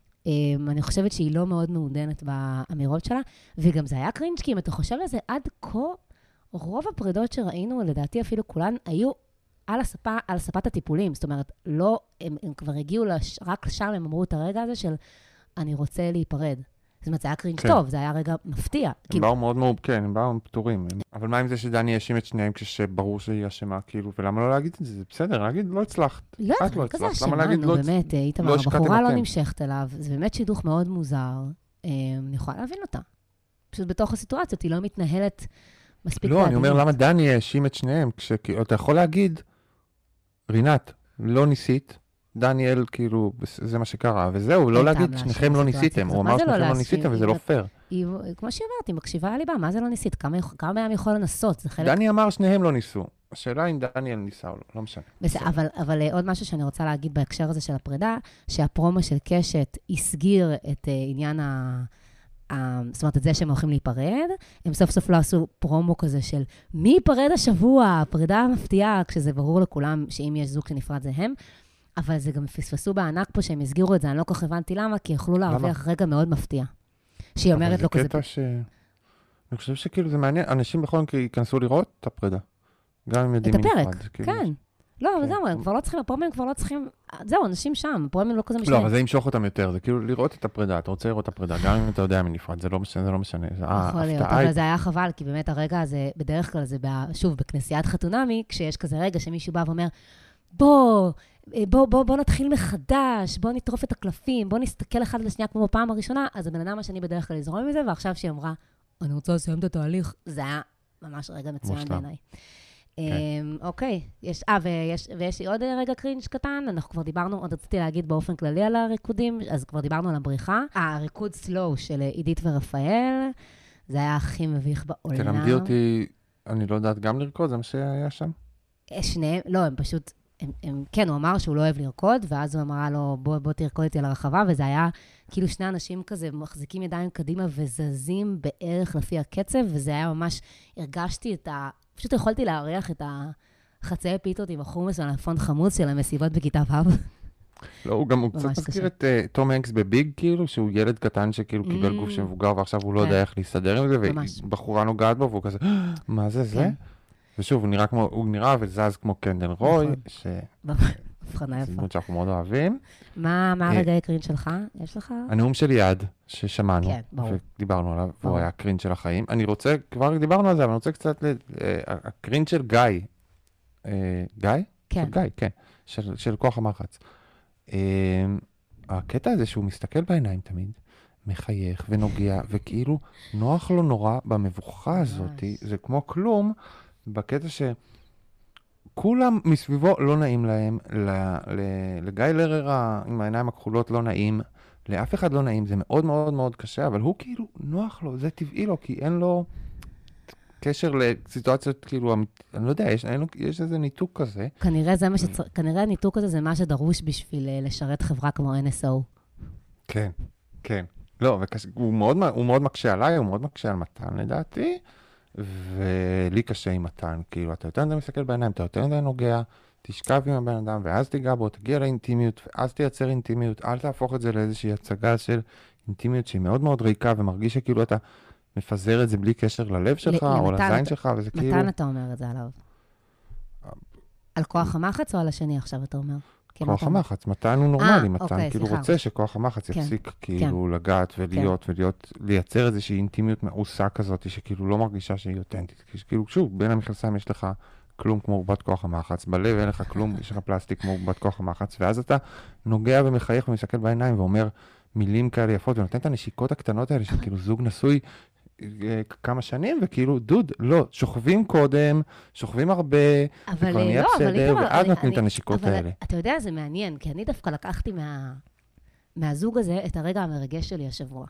אני חושבת שהיא לא מאוד מעודנת באמירות שלה, וגם זה היה קרינג' כי אם אתה חושב לזה, עד כה, רוב הפרידות שראינו, לדעתי אפילו כולן, היו על הספה, על ספת הטיפולים. זאת אומרת, לא, הם, הם כבר הגיעו לש, רק שם, הם אמרו את הרגע הזה של, אני רוצה להיפרד. זאת אומרת, זה היה קרינג' טוב, זה היה רגע מפתיע. הם באו מאוד מאוד, כן, הם באו פטורים. אבל מה עם זה שדני האשים את שניהם כשברור שהיא אשמה, כאילו, ולמה לא להגיד את זה? זה בסדר, להגיד, לא הצלחת. לא, זה כזה אשמה, נו, באמת, איתמר, הבחורה לא נמשכת אליו, זה באמת שידוך מאוד מוזר, אני יכולה להבין אותה. פשוט בתוך הסיטואציות, היא לא מתנהלת מספיק... לא, אני אומר, למה דני האשים את שניהם? אתה יכול להגיד, רינת, לא ניסית, דניאל, כאילו, זה מה שקרה, וזהו, לא להגיד, שניכם לא ניסיתם, הוא אמר שניכם לא ניסיתם, וזה לא פייר. כמו שאמרת, היא מקשיבה ליבה, מה זה לא ניסית? כמה מהם יכול לנסות? דני אמר שניהם לא ניסו. השאלה אם דניאל ניסה או לא, לא משנה. אבל עוד משהו שאני רוצה להגיד בהקשר הזה של הפרידה, שהפרומו של קשת הסגיר את עניין ה... זאת אומרת, את זה שהם הולכים להיפרד, הם סוף סוף לא עשו פרומו כזה של מי ייפרד השבוע, פרידה המפתיעה, כשזה ברור לכולם שאם יש זוג שנפרד זה הם, אבל זה גם פספסו בענק פה שהם הסגירו את זה, אני לא כך הבנתי למה, כי יכלו להרוויח רגע מאוד מפתיע. שהיא אומרת לו כזה... אבל זה קטע ש... אני חושב שכאילו זה מעניין, אנשים בכל מקרה ייכנסו לראות את הפרידה. גם אם יודעים מנפרד. את הפרק, כן. לא, אבל גם, הם כבר לא צריכים, הפרומים כבר לא צריכים... זהו, אנשים שם, הפרומים לא כזה משנה. לא, אבל זה ימשוך אותם יותר, זה כאילו לראות את הפרידה, אתה רוצה לראות את הפרידה, גם אם אתה יודע מנפרד, זה לא משנה, זה לא משנה. יכול להיות, אבל זה היה חבל, כי באמת הרגע הזה, בדרך כלל זה, שוב, בכנסיית חתונמי, כשיש כזה רגע שמישהו בא ואומר, בוא, בוא, בוא, בוא נתחיל מחדש, בוא נטרוף את הקלפים, בוא נסתכל אחד לשנייה כמו בפעם הראשונה, אז הבן אדם השני בדרך כלל יזרום מזה, ועכשיו שהיא אמרה, אני רוצה לסיים את התהליך, זה היה ממש רגע מצוין בעיניי. אוקיי, יש, אה, ויש לי עוד רגע קרינג' קטן, אנחנו כבר דיברנו, עוד רציתי להגיד באופן כללי על הריקודים, אז כבר דיברנו על הבריחה. אה, הריקוד סלואו של עידית ורפאל, זה היה הכי מביך בעולם. תלמדי אותי, אני לא יודעת גם לרקוד, זה מה שהיה שם? שניהם, לא, הם פשוט... הם, הם, כן, הוא אמר שהוא לא אוהב לרקוד, ואז הוא אמרה לו, בוא, בוא תרקוד איתי על הרחבה, וזה היה כאילו שני אנשים כזה מחזיקים ידיים קדימה וזזים בערך לפי הקצב, וזה היה ממש, הרגשתי את ה... פשוט יכולתי להריח את החצאי פיתות עם החומוס והלפון חמוץ של המסיבות בכיתה ו'. לא, הוא גם הוא קצת מזכיר את תום הנקס בביג, כאילו, שהוא ילד קטן שכאילו קיבל גוף שמבוגר, ועכשיו הוא לא יודע איך להסתדר עם זה, ובחורה נוגעת בו, והוא כזה, מה זה זה? ושוב, הוא נראה כמו, הוא נראה וזז כמו קנדל רוי, ש... הבחנה יפה. דמות שאנחנו מאוד אוהבים. מה הרגע הקרין שלך? יש לך? הנאום של יעד, ששמענו, ודיברנו עליו, והוא היה הקרין של החיים. אני רוצה, כבר דיברנו על זה, אבל אני רוצה קצת, הקרין של גיא. גיא? כן. גיא, כן. של כוח המחץ. הקטע הזה שהוא מסתכל בעיניים תמיד, מחייך ונוגע, וכאילו נוח לו נורא במבוכה הזאת, זה כמו כלום, בקטע שכולם מסביבו לא נעים להם, לגיא לרר עם העיניים הכחולות לא נעים, לאף אחד לא נעים, זה מאוד מאוד מאוד קשה, אבל הוא כאילו נוח לו, זה טבעי לו, כי אין לו קשר לסיטואציות, כאילו, אני לא יודע, יש, יש איזה ניתוק כזה. כנראה זה מה שצר... כנראה הניתוק הזה זה מה שדרוש בשביל לשרת חברה כמו אן אס או. כן, כן. לא, וקש... הוא, מאוד, הוא מאוד מקשה עליי, הוא מאוד מקשה על מתן לדעתי, ולי קשה עם מתן, כאילו, אתה יותר מדי מסתכל בעיניים, אתה יותר מדי נוגע, תשכב עם הבן אדם, ואז תיגע בו, תגיע לאינטימיות, ואז תייצר אינטימיות, אל תהפוך את זה לאיזושהי הצגה של אינטימיות שהיא מאוד מאוד ריקה, ומרגיש שכאילו אתה מפזר את זה בלי קשר ללב שלך, או לזין שלך, וזה כאילו... מתן אתה אומר את זה עליו? על כוח המחץ או על השני עכשיו אתה אומר? כוח המחץ, מתן הוא נורמלי, מתן כאילו רוצה שכוח המחץ יפסיק כאילו לגעת ולהיות ולהיות, לייצר איזושהי אינטימיות מעושה כזאת, שכאילו לא מרגישה שהיא אותנטית. כאילו, שוב, בין המכנסיים יש לך כלום כמו בת כוח המחץ, בלב אין לך כלום, יש לך פלסטיק כמו בת כוח המחץ, ואז אתה נוגע ומחייך ומסתכל בעיניים ואומר מילים כאלה יפות, ונותן את הנשיקות הקטנות האלה של כאילו זוג נשוי כמה שנים, וכאילו, דוד, לא, שוכבים קודם, שוכבים הרבה, וכבר נהיה בסדר, ואז נותנים את הנשיקות האלה. אבל אתה יודע, זה מעניין, כי אני דווקא לקחתי מהזוג הזה את הרגע המרגש שלי השבוע.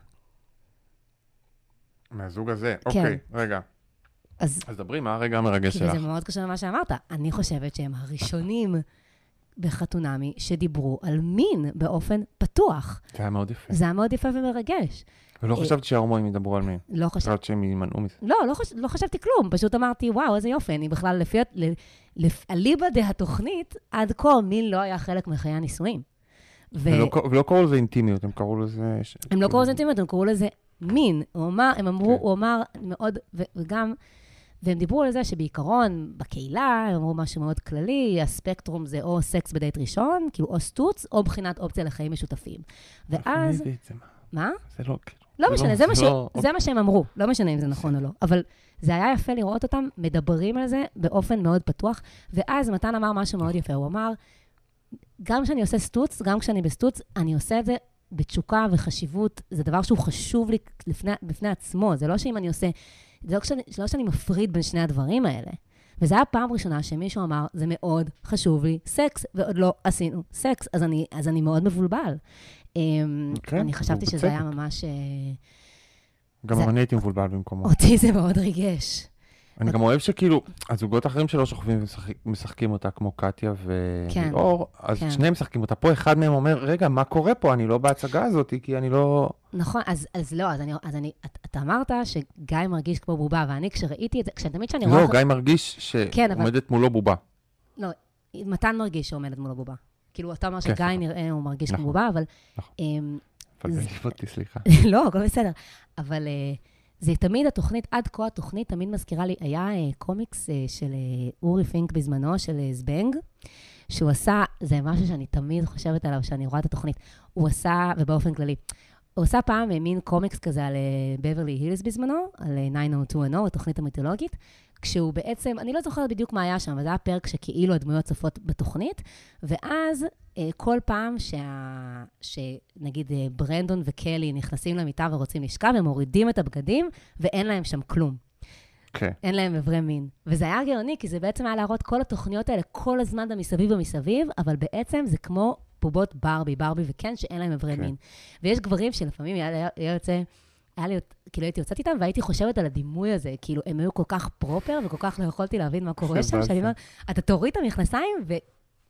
מהזוג הזה? אוקיי, רגע. אז דברי, מה הרגע המרגש שלך? כי זה מאוד קשה למה שאמרת. אני חושבת שהם הראשונים בחתונמי שדיברו על מין באופן פתוח. זה היה מאוד יפה. זה היה מאוד יפה ומרגש. ולא חשבתי שההומואים ידברו על מין. לא חשבתי. חשבתי שהם יימנעו מזה. לא, לא חשבתי כלום. פשוט אמרתי, וואו, איזה יופי. אני בכלל, לפי, אליבא דה התוכנית, עד כה מין לא היה חלק מחיי הנישואים. ולא קראו לזה אינטימיות, הם קראו לזה... הם לא קראו לזה אינטימיות, הם קראו לזה מין. הוא אמר, הם אמרו, הוא אמר מאוד, וגם, והם דיברו על זה שבעיקרון, בקהילה, הם אמרו משהו מאוד כללי, הספקטרום זה או סקס בדייט ראשון, כאילו או סטוץ, או בחינת אופציה לחיים משותפים. ואז... מה? זה לא... לא משנה, זה, זה, לא... זה מה שהם אמרו, לא משנה אם זה נכון או לא, אבל זה היה יפה לראות אותם, מדברים על זה באופן מאוד פתוח, ואז מתן אמר משהו מאוד יפה, הוא אמר, גם כשאני עושה סטוץ, גם כשאני בסטוץ, אני עושה את זה בתשוקה וחשיבות, זה דבר שהוא חשוב לי לפני, בפני עצמו, זה לא שאם אני עושה, זה לא, כשאני, לא שאני מפריד בין שני הדברים האלה, וזו היה פעם ראשונה שמישהו אמר, זה מאוד חשוב לי סקס, ועוד לא עשינו סקס, אז אני, אז אני מאוד מבולבל. אני חשבתי שזה היה ממש... גם אני הייתי מבולבל במקומו. אותי זה מאוד ריגש. אני גם אוהב שכאילו, הזוגות האחרים שלא שוכבים ומשחקים אותה, כמו קטיה ואור, אז שניהם משחקים אותה. פה אחד מהם אומר, רגע, מה קורה פה? אני לא בהצגה הזאת, כי אני לא... נכון, אז לא, אז אתה אמרת שגיא מרגיש כמו בובה, ואני כשראיתי את זה, כשתמיד שאני רואה... לא, גיא מרגיש שעומדת מולו בובה. לא, מתן מרגיש שעומדת מולו בובה. כאילו, אתה אומר שגיא נראה, הוא מרגיש כמו בובה, אבל... נכון. פגשתי אותי, סליחה. לא, הכל בסדר. אבל זה תמיד התוכנית, עד כה התוכנית, תמיד מזכירה לי, היה קומיקס של אורי פינק בזמנו, של זבנג, שהוא עשה, זה משהו שאני תמיד חושבת עליו, שאני רואה את התוכנית. הוא עשה, ובאופן כללי, הוא עשה פעם מין קומיקס כזה על בברלי הילס בזמנו, על תשע מאות שתיים עשרה, התוכנית המיתולוגית, כשהוא בעצם, אני לא זוכרת בדיוק מה היה שם, אבל זה היה פרק שכאילו הדמויות צופות בתוכנית, ואז כל פעם שה, שנגיד ברנדון וקלי נכנסים למיטה ורוצים לשכב, הם מורידים את הבגדים, ואין להם שם כלום. Okay. אין להם עברי מין. וזה היה גאוני, כי זה בעצם היה להראות כל התוכניות האלה, כל הזמן במסביב ומסביב, אבל בעצם זה כמו בובות ברבי, ברבי וכן, שאין להם עברי okay. מין. ויש גברים שלפעמים היה, היה יוצא... היה לי, כאילו הייתי יוצאת איתם, והייתי חושבת על הדימוי הזה, כאילו הם היו כל כך פרופר, וכל כך לא יכולתי להבין מה קורה שם, שאני אומרת, אתה תוריד את המכנסיים,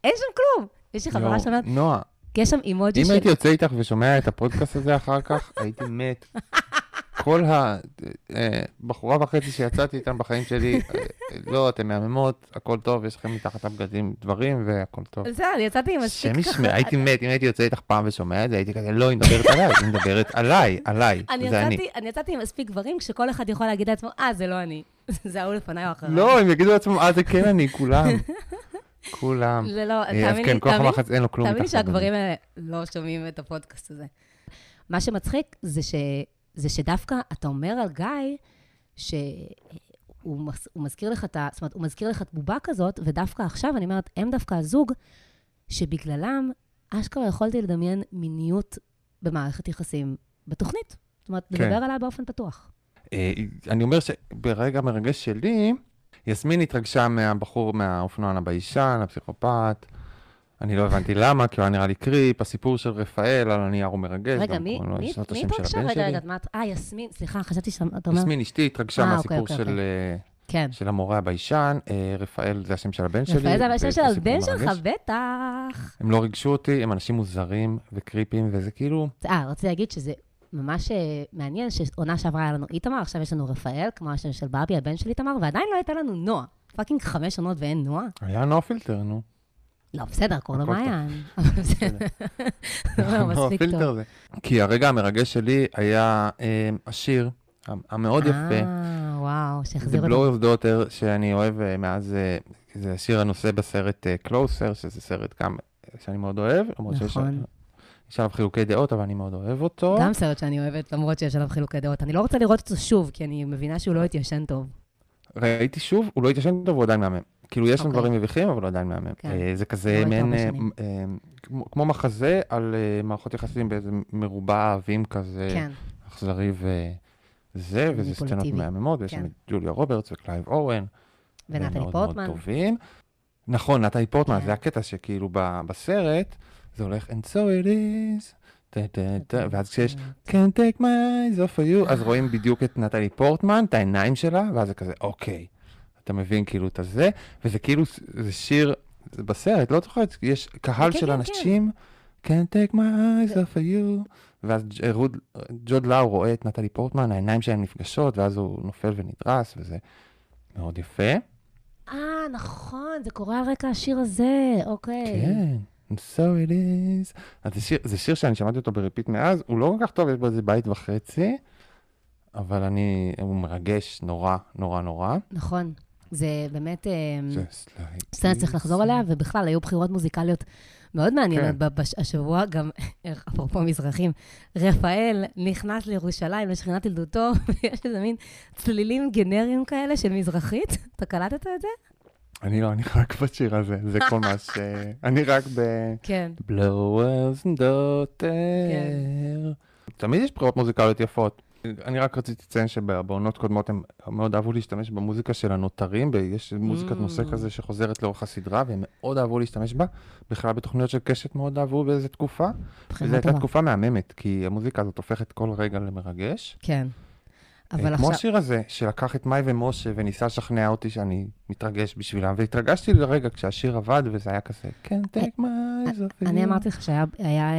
אין שם כלום. יש לי חברה שאומרת, נועה, כי יש שם אימוג'י אם של... הייתי יוצא איתך ושומע את הפודקאסט הזה אחר כך, הייתי מת. כל הבחורה וחצי שיצאתי איתם בחיים שלי, לא, אתן מהממות, הכל טוב, יש לכם מתחת הבגדים דברים, והכל טוב. בסדר, אני יצאתי עם מספיק ככה. שמשמע, הייתי מת, אם הייתי יוצא איתך פעם ושומע את זה, הייתי כזה, לא, היא מדברת עליי, היא מדברת עליי, עליי, זה אני. אני יצאתי עם מספיק דברים, כשכל אחד יכול להגיד לעצמו, אה, זה לא אני. זה ההוא לפניי או אחריי. לא, הם יגידו לעצמם, אה, זה כן אני, כולם. כולם. זה לא, אז תאמין כן, לי, כוח המחץ, אין לו כלום תאמין לי מתחת לבגדים. שהגברים האלה לא שומעים את הפודקאסט הזה. מה שמצחיק זה ש... זה שדווקא אתה אומר על גיא, שהוא מז... מזכיר לך את ה... זאת אומרת, הוא מזכיר לך את בובה כזאת, ודווקא עכשיו, אני אומרת, הם דווקא הזוג, שבגללם, אשכרה יכולתי לדמיין מיניות במערכת יחסים בתוכנית. זאת אומרת, כן. לדבר עליה באופן פתוח. אני אומר שברגע מרגש שלי, יסמין התרגשה מהבחור, מהאופנוען הביישן, הפסיכופת, אני לא הבנתי למה, כי הוא היה נראה לי קריפ, הסיפור של רפאל, על הנייר הוא מרגש. רגע, מי התרגשה? רגע, רגע, אה, יסמין, סליחה, חשבתי שאתה אומר... יסמין אשתי התרגשה מהסיפור של המורה הביישן, רפאל זה השם של הבן שלי. רפאל זה השם של הבן שלך, בטח. הם לא ריגשו אותי, הם אנשים מוזרים וקריפים, וזה כאילו... אה, רציתי להגיד שזה ממש מעניין, שעונה שעברה היה לנו איתמר, עכשיו יש לנו רפאל, כמו השם של ברבי, הבן של איתמר, ועדיין לא הייתה לנו נועה. פאקינג חמש עונות ואין נועה. היה נועה פילטר, נו. לא, בסדר, קוראים לו מעיין. זה מספיק טוב. כי הרגע המרגש שלי היה השיר המאוד יפה. אה, וואו, שהחזיר אותו. אותו. The Blow of Daughter, שאני אוהב מאז, זה השיר הנושא בסרט Closer, שזה סרט גם שאני מאוד אוהב. נכון. יש עליו חילוקי דעות, אבל אני מאוד אוהב אותו. גם סרט שאני אוהבת, למרות שיש עליו חילוקי דעות. אני לא רוצה לראות אותו שוב, כי אני מבינה שהוא לא התיישן טוב. ראיתי שוב, הוא לא התיישן טוב, הוא עדיין מהמם. כאילו, יש שם דברים מביכים, אבל הוא עדיין מהמם. זה כזה מעין, כמו מחזה על מערכות יחסים באיזה מרובע אהבים כזה, אכזרי וזה, וזה סצנות מהממות, ויש שם את ג'וליה רוברטס וקלייב אורן. ונטלי פורטמן. נכון, נטלי פורטמן, זה הקטע שכאילו בסרט, זה הולך, and so it is, ואז כשיש, can't take my eyes off of you, אז רואים בדיוק את נטלי פורטמן, את העיניים שלה, ואז זה כזה, אוקיי. אתה מבין כאילו את הזה, וזה כאילו, זה שיר, זה בסרט, לא זוכרת, יש קהל של אנשים, can't take my eyes off of you, ואז ג'וד לאו רואה את נטלי פורטמן, העיניים שלהם נפגשות, ואז הוא נופל ונדרס, וזה מאוד יפה. אה, נכון, זה קורה על רקע השיר הזה, אוקיי. כן, and so it is. אז זה שיר, זה שיר שאני שמעתי אותו בריפיט מאז, הוא לא כל כך טוב, יש בו איזה בית וחצי, אבל אני, הוא מרגש נורא, נורא, נורא. נכון. זה באמת... סצנה צריך לחזור עליה, ובכלל היו בחירות מוזיקליות מאוד מעניינות השבוע, גם, אפרופו מזרחים, רפאל נכנס לירושלים לשכינת ילדותו, ויש איזה מין צלילים גנריים כאלה של מזרחית. אתה קלטת את זה? אני לא, אני רק בשיר הזה, זה כל מה ש... אני רק ב... כן. Blowers and Daughter. תמיד יש בחירות מוזיקליות יפות. אני רק רציתי לציין שבעונות קודמות הם מאוד אהבו להשתמש במוזיקה של הנותרים, ויש מוזיקת נושא כזה שחוזרת לאורך הסדרה, והם מאוד אהבו להשתמש בה. בכלל בתוכניות של קשת מאוד אהבו באיזו תקופה. וזו הייתה תקופה מהממת, כי המוזיקה הזאת הופכת כל רגע למרגש. כן. כמו השיר הזה, שלקח את מאי ומשה וניסה לשכנע אותי שאני מתרגש בשבילם, והתרגשתי לרגע כשהשיר עבד, וזה היה כזה, can't take my eyes off you. אני אמרתי לך שהיה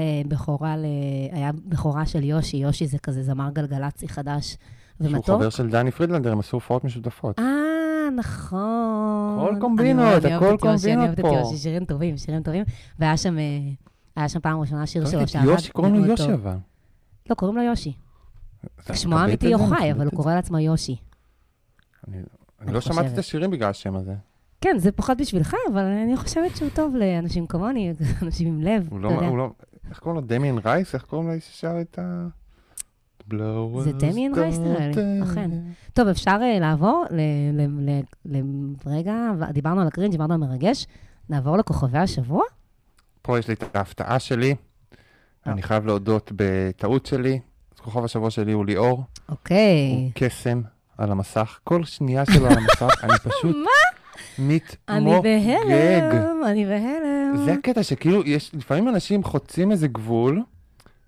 בכורה של יושי, יושי זה כזה זמר גלגלצי חדש ומתוק. שהוא חבר של דני פרידלנדר, הם עשו הופעות משותפות. אה, נכון. כל קומבינות, הכל קומבינות פה. אני אוהבת את יושי, שירים טובים, שירים טובים, והיה שם, היה שם פעם ראשונה שיר שלו שעבד. יושי, קוראים לו יושי אבל. לא, קוראים לו יושי. שמו האמיתי יוחאי, אבל הוא קורא לעצמו יושי. אני לא שמעתי את השירים בגלל השם הזה. כן, זה פחות בשבילך, אבל אני חושבת שהוא טוב לאנשים כמוני, אנשים עם לב. הוא לא, איך קוראים לו? דמיאן רייס? איך קוראים לו ששר את ה... זה דמיאן רייס נראה לי, אכן. טוב, אפשר לעבור לרגע, דיברנו על הקרינג', דיברנו על מרגש, נעבור לכוכבי השבוע? פה יש לי את ההפתעה שלי, אני חייב להודות בטעות שלי, כוכב השבוע שלי הוא ליאור. אוקיי. הוא קסם על המסך. כל שנייה שלו על המסך, אני פשוט מתמוגג. אני בהלם, אני בהלם. זה הקטע שכאילו, יש, לפעמים אנשים חוצים איזה גבול,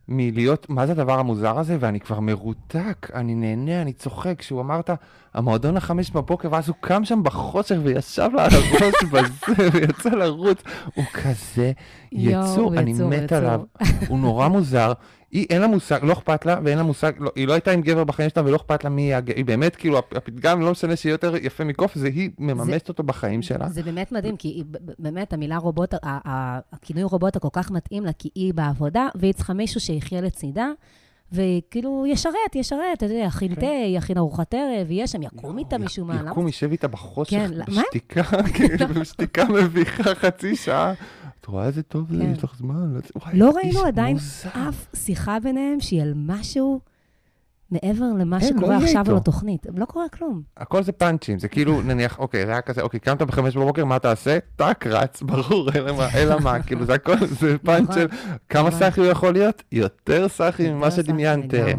מלהיות, מה זה הדבר המוזר הזה? ואני כבר מרותק, אני נהנה, אני צוחק. כשהוא אמרת, המועדון החמש בבוקר, ואז הוא קם שם בחושך וישב לה על הראש בזה, ויצא לרוץ. הוא כזה יצור, אני מת עליו. הוא נורא מוזר. היא, אין לה מושג, לא אכפת לה, ואין לה מושג, לא, היא לא הייתה עם גבר בחיים שלה, ולא אכפת לה מי היא, היא באמת, כאילו, הפתגם לא משנה שיהיה יותר יפה מקוף, זה היא מממשת אותו בחיים שלה. זה באמת מדהים, כי היא, באמת, המילה רובוט, הכינוי רובוט הכל כך מתאים לה, כי היא בעבודה, והיא צריכה מישהו שיחיה לצידה, וכאילו, ישרת, ישרת, אתה יודע, יכין תה, יכין ארוחת ערב, יהיה שם, יקום איתה מישהו מעלה. יקום, יישב איתה בחושך, בשתיקה, בשתיקה מביכה חצי שעה. את רואה איזה טוב זה, יש לך זמן. לא ראינו עדיין אף שיחה ביניהם שהיא על משהו מעבר למה שקורה עכשיו על התוכנית. לא קורה כלום. הכל זה פאנצ'ים, זה כאילו, נניח, אוקיי, זה היה כזה, אוקיי, קמת בחמש בבוקר, מה תעשה? טק, רץ, ברור, אלא מה, כאילו, זה הכל, זה פאנצ' של כמה סחי הוא יכול להיות? יותר סחי ממה שדמיינתם.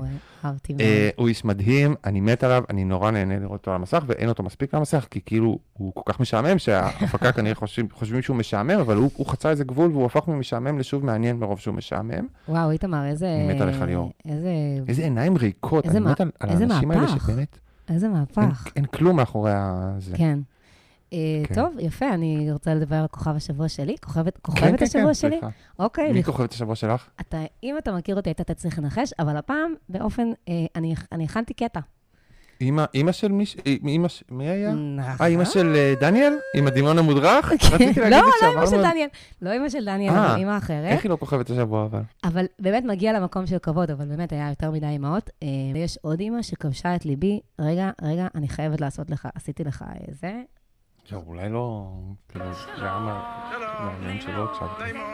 הוא איש מדהים, אני מת עליו, אני נורא נהנה לראות אותו על המסך, ואין אותו מספיק על המסך, כי כאילו הוא כל כך משעמם, שההפקה כנראה חושבים שהוא משעמם, אבל הוא חצה איזה גבול, והוא הפך ממשעמם לשוב מעניין מרוב שהוא משעמם. וואו, איתמר, איזה... אני מת עליך ליאור. איזה... איזה עיניים ריקות, אני מת על האנשים האלה שבאמת... איזה מהפך. אין כלום מאחורי זה. כן. טוב, יפה, אני רוצה לדבר על כוכב השבוע שלי. כוכבת השבוע שלי? אוקיי. מי כוכבת השבוע שלך? אם אתה מכיר אותי, אתה תצליח לנחש, אבל הפעם, באופן, אני הכנתי קטע. אמא של מי? מי היה? אה, אמא של דניאל? עם הדמיון המודרך? רציתי להגיד לא, לא אמא של דניאל. לא אמא של דניאל, אבל אמא אחרת. איך היא לא כוכבת השבוע, אבל? אבל באמת מגיע למקום של כבוד, אבל באמת היה יותר מדי אמאות. ויש עוד אמא שכבשה את ליבי. רגע, רגע, אני חייבת לעשות לך, עשיתי לך איזה... אולי לא, כאילו, זה היה מהעניין שלו עכשיו.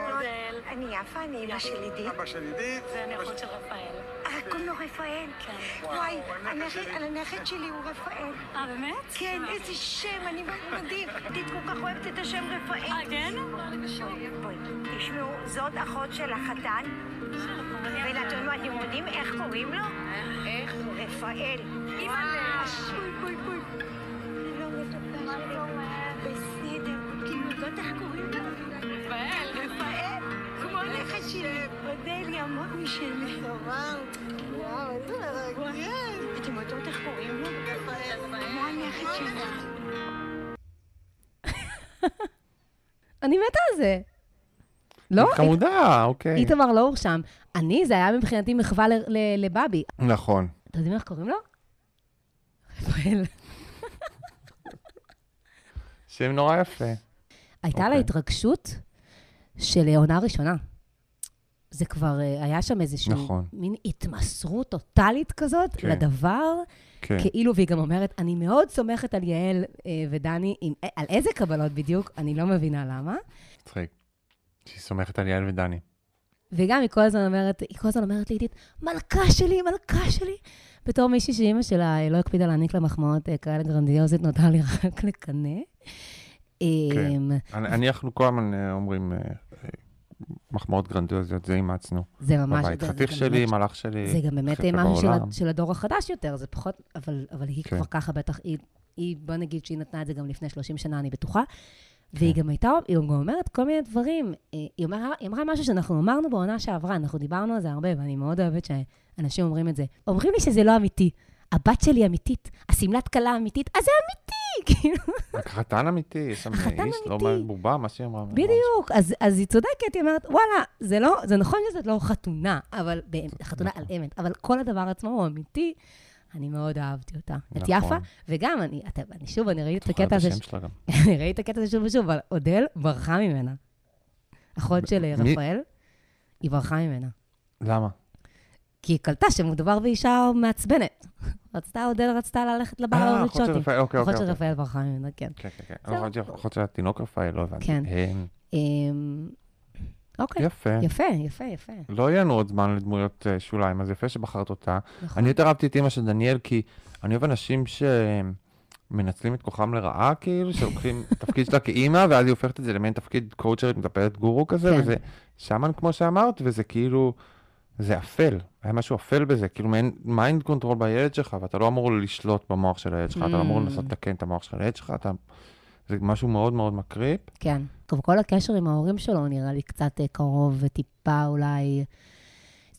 אני יפה, אני אמא של עידית. אבא של עידית. זה הנכד של רפאל. אה, קוראים לו רפאל? כן. וואי, הנכד שלי הוא רפאל. אה, באמת? כן, איזה שם, אני מדהים. עידית כל כך אוהבת את השם רפאל. אה, כן? בואי, תשמעו, זאת אחות של החתן. ואתם יודעים איך קוראים לו? איך? רפאל. אימא'לה. בואי, בואי, בואי. בסדר, כאילו, זאת איך קוראים לה? רפאל. רפאל, כמו הנכד שלי. אודליה, מות משלי. וואו, וואו, איזה מרגש. אתם יודעות איך קוראים לו? רפאל. כמו הנכד שלי. אני מתה על זה. לא? חמודה, אוקיי. איתמר לא הורשם. אני, זה היה מבחינתי מחווה לבבי. נכון. אתה יודעים איך קוראים לו? רפאל. שם נורא יפה. הייתה לה התרגשות של עונה ראשונה. זה כבר היה שם איזושהי מין התמסרות טוטלית כזאת לדבר, כאילו, והיא גם אומרת, אני מאוד סומכת על יעל ודני, על איזה קבלות בדיוק, אני לא מבינה למה. צחיק, שהיא סומכת על יעל ודני. וגם היא כל הזמן אומרת, היא כל הזמן אומרת לי, עידית, מלכה שלי, מלכה שלי. בתור מישהי שאמא שלה לא הקפידה להעניק לה מחמאות כאלה גרנדיוזית, נותר לי רק לקנה. כן, אנחנו כל הזמן אומרים מחמאות גרנדיוזיות, זה אימצנו. זה ממש... בבית חתיך שלי, מלאך שלי. זה גם באמת משהו של הדור החדש יותר, זה פחות, אבל היא כבר ככה בטח, היא, בוא נגיד שהיא נתנה את זה גם לפני שלושים שנה, אני בטוחה, והיא גם הייתה, היא גם אומרת כל מיני דברים, היא אמרה משהו שאנחנו אמרנו בעונה שעברה, אנחנו דיברנו על זה הרבה, ואני מאוד אוהבת שאנשים אומרים את זה. אומרים לי שזה לא אמיתי. הבת שלי אמיתית, הסמלת קלה אמיתית, אז זה אמיתי, כאילו. החתן אמיתי, יש שם איש, לא בובה, מה שהיא אמרה. בדיוק, אז היא צודקת, היא אומרת, וואלה, זה נכון שזאת לא חתונה, אבל חתונה על אמת, אבל כל הדבר עצמו הוא אמיתי, אני מאוד אהבתי אותה. את יפה, וגם, אני שוב, אני ראיתי את הקטע הזה, אני ראיתי את הקטע הזה שוב ושוב, אבל אודל ברחה ממנה. אחות של רפאל, היא ברחה ממנה. למה? כי היא קלטה שמדובר באישה מעצבנת. רצתה, אודל רצתה ללכת לבעל להוריד שוטים. אוקיי, אוקיי. אחות של רפאל ברחה ממנה, כן. כן, כן, כן. אחות של התינוק רפאל, לא הבנתי. כן. אוקיי. יפה. יפה, יפה, יפה. לא יהיה לנו עוד זמן לדמויות שוליים, אז יפה שבחרת אותה. אני יותר אהבתי את אמא של דניאל, כי אני אוהב אנשים שמנצלים את כוחם לרעה, כאילו, שלוקחים תפקיד שלה כאמא, ואז היא הופכת את זה למין תפקיד קואוצ'רית, מטפלת גורו כזה, וזה שמן כמו שאמרת, וזה כאילו... זה אפל, היה משהו אפל בזה, כאילו מיינד קונטרול בילד שלך, ואתה לא אמור לשלוט במוח של הילד שלך, אתה לא אמור לנסות לתקן את המוח של הילד שלך, זה משהו מאוד מאוד מקריפ. כן, טוב, כל הקשר עם ההורים שלו נראה לי קצת קרוב וטיפה אולי,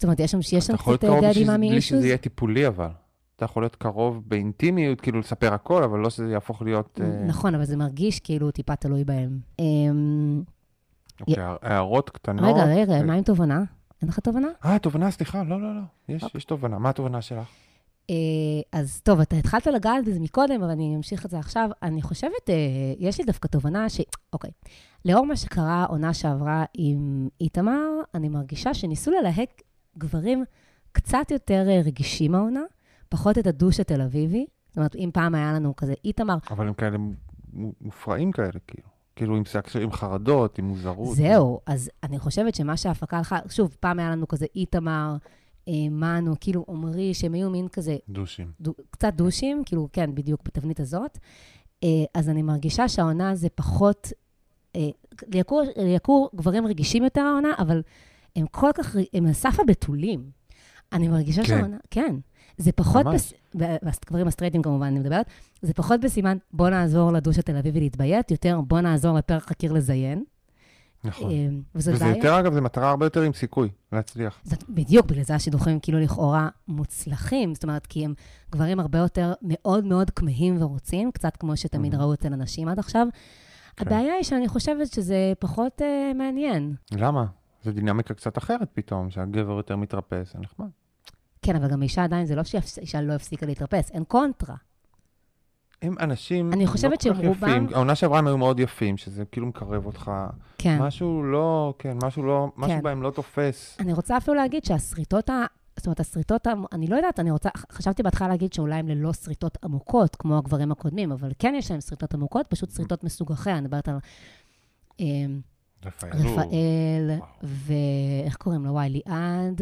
זאת אומרת, יש שם, יש שם אתה יכול קצת להיות קרוב דדי מאמי בלי אישוז? שזה יהיה טיפולי, אבל. אתה יכול להיות קרוב באינטימיות, כאילו לספר הכל, אבל לא שזה יהפוך להיות... אה, נכון, אבל זה מרגיש כאילו טיפה תלוי בהם. אמ, אוקיי, הערות קטנות. רגע, רגע, אה, מה עם תובנה? אין לך תובנה? אה, תובנה, סליחה, לא, לא, לא. יש, אוקיי. יש תובנה. מה התובנה שלך? אה, אז טוב, אתה התחלת לגעת בזה מקודם, אבל אני אמשיך את זה עכשיו. אני חושבת, אה, יש לי דווקא תובנה ש... אוקיי. לאור מה שקרה עונה שעברה עם איתמר, אני מרגישה שניסו ללהק גברים קצת יותר אה, רגישים העונה, פחות את הדוש התל אביבי. זאת אומרת, אם פעם היה לנו כזה איתמר, אבל הם כאלה מ- מופרעים כאלה, כאילו. כאילו עם סקס, עם חרדות, עם מוזרות. זהו, אז אני חושבת שמה שההפקה הלכה, שוב, פעם היה לנו כזה איתמר, אה, מנו, כאילו עומרי, שהם היו מין כזה, דושים. דו, קצת דושים, כאילו, כן, בדיוק בתבנית הזאת. אה, אז אני מרגישה שהעונה זה פחות, אה, לייקור, לייקור גברים רגישים יותר העונה, אבל הם כל כך, הם על סף הבתולים. אני מרגישה כן. שהעונה, כן. זה פחות, ממש. בס... והגברים הסטרייטים כמובן, אני מדברת, זה פחות בסימן, בוא נעזור לדוש התל אביבי להתביית, יותר בוא נעזור לפרח חקיר לזיין. נכון. אה, וזאת וזה בעיה. יותר, אגב, זו מטרה הרבה יותר עם סיכוי להצליח. זאת בדיוק, בגלל זה השידוכים כאילו לכאורה מוצלחים, זאת אומרת, כי הם גברים הרבה יותר מאוד מאוד כמהים ורוצים, קצת כמו שתמיד Mhm. ראו אצל אנשים עד עכשיו. כן. הבעיה היא שאני חושבת שזה פחות אה, מעניין. למה? זו דינמיקה קצת אחרת פתאום, שהגבר יותר מתרפס, זה נחמד. כן, אבל גם אישה עדיין, זה לא שאישה לא הפסיקה להתרפס, אין קונטרה. הם אנשים אני חושבת לא כל כך שרובם- יפים. העונה שעברה הם היו מאוד יפים, שזה כאילו מקרב אותך. כן. משהו לא, כן, משהו לא, משהו כן. בהם לא תופס. אני רוצה אפילו להגיד שהסריטות ה... זאת אומרת, הסריטות, ה- אני לא יודעת, אני רוצה, חשבתי בהתחלה להגיד שאולי הם ללא סריטות עמוקות, כמו הגברים הקודמים, אבל כן יש להם סריטות עמוקות, פשוט סריטות מסוג אחר. אני מדברת על אה, רפאל. רפאל, וואו. ואיך קוראים לו? וואי, ליעד,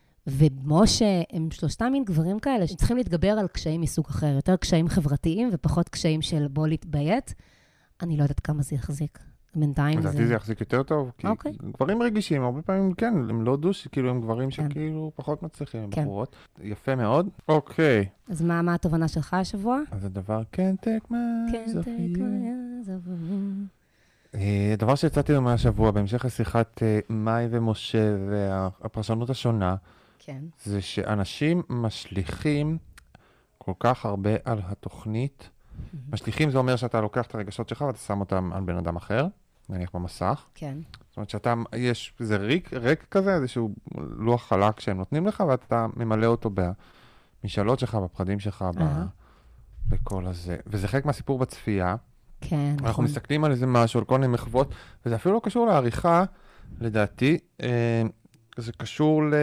ומשה, הם שלושתם מין גברים כאלה שצריכים להתגבר על קשיים מסוג אחר, יותר קשיים חברתיים ופחות קשיים של בוא להתביית. אני לא יודעת כמה זה יחזיק. בינתיים זה... לדעתי זה יחזיק יותר טוב, כי אוקיי. גברים רגישים, הרבה פעמים כן, הם לא דוש, כאילו הם גברים כן. שכאילו פחות מצליחים, הם כן. בחורות. יפה מאוד. אוקיי, אז מה, מה התובנה שלך השבוע? אז הדבר כן טק מה כן, זה take יהיה. my eyes off of you. אה, הדבר שיצאתי לו מהשבוע, בהמשך לשיחת אה, מאי ומשה והפרשנות השונה, כן. זה שאנשים משליכים כל כך הרבה על התוכנית. משליכים זה אומר שאתה לוקח את הרגשות שלך ואתה שם אותם על בן אדם אחר, נניח במסך. כן. זאת אומרת שאתה, יש איזה ריק, ריק כזה, איזשהו לוח חלק שהם נותנים לך, ואתה ממלא אותו במשאלות שלך, בפחדים שלך, ב- אהה. בכל הזה. וזה חלק מהסיפור בצפייה. כן, אנחנו נכון. מסתכלים על איזה משהו, על כל מיני מחוות, וזה אפילו לא קשור לעריכה, לדעתי. אה, זה קשור ל...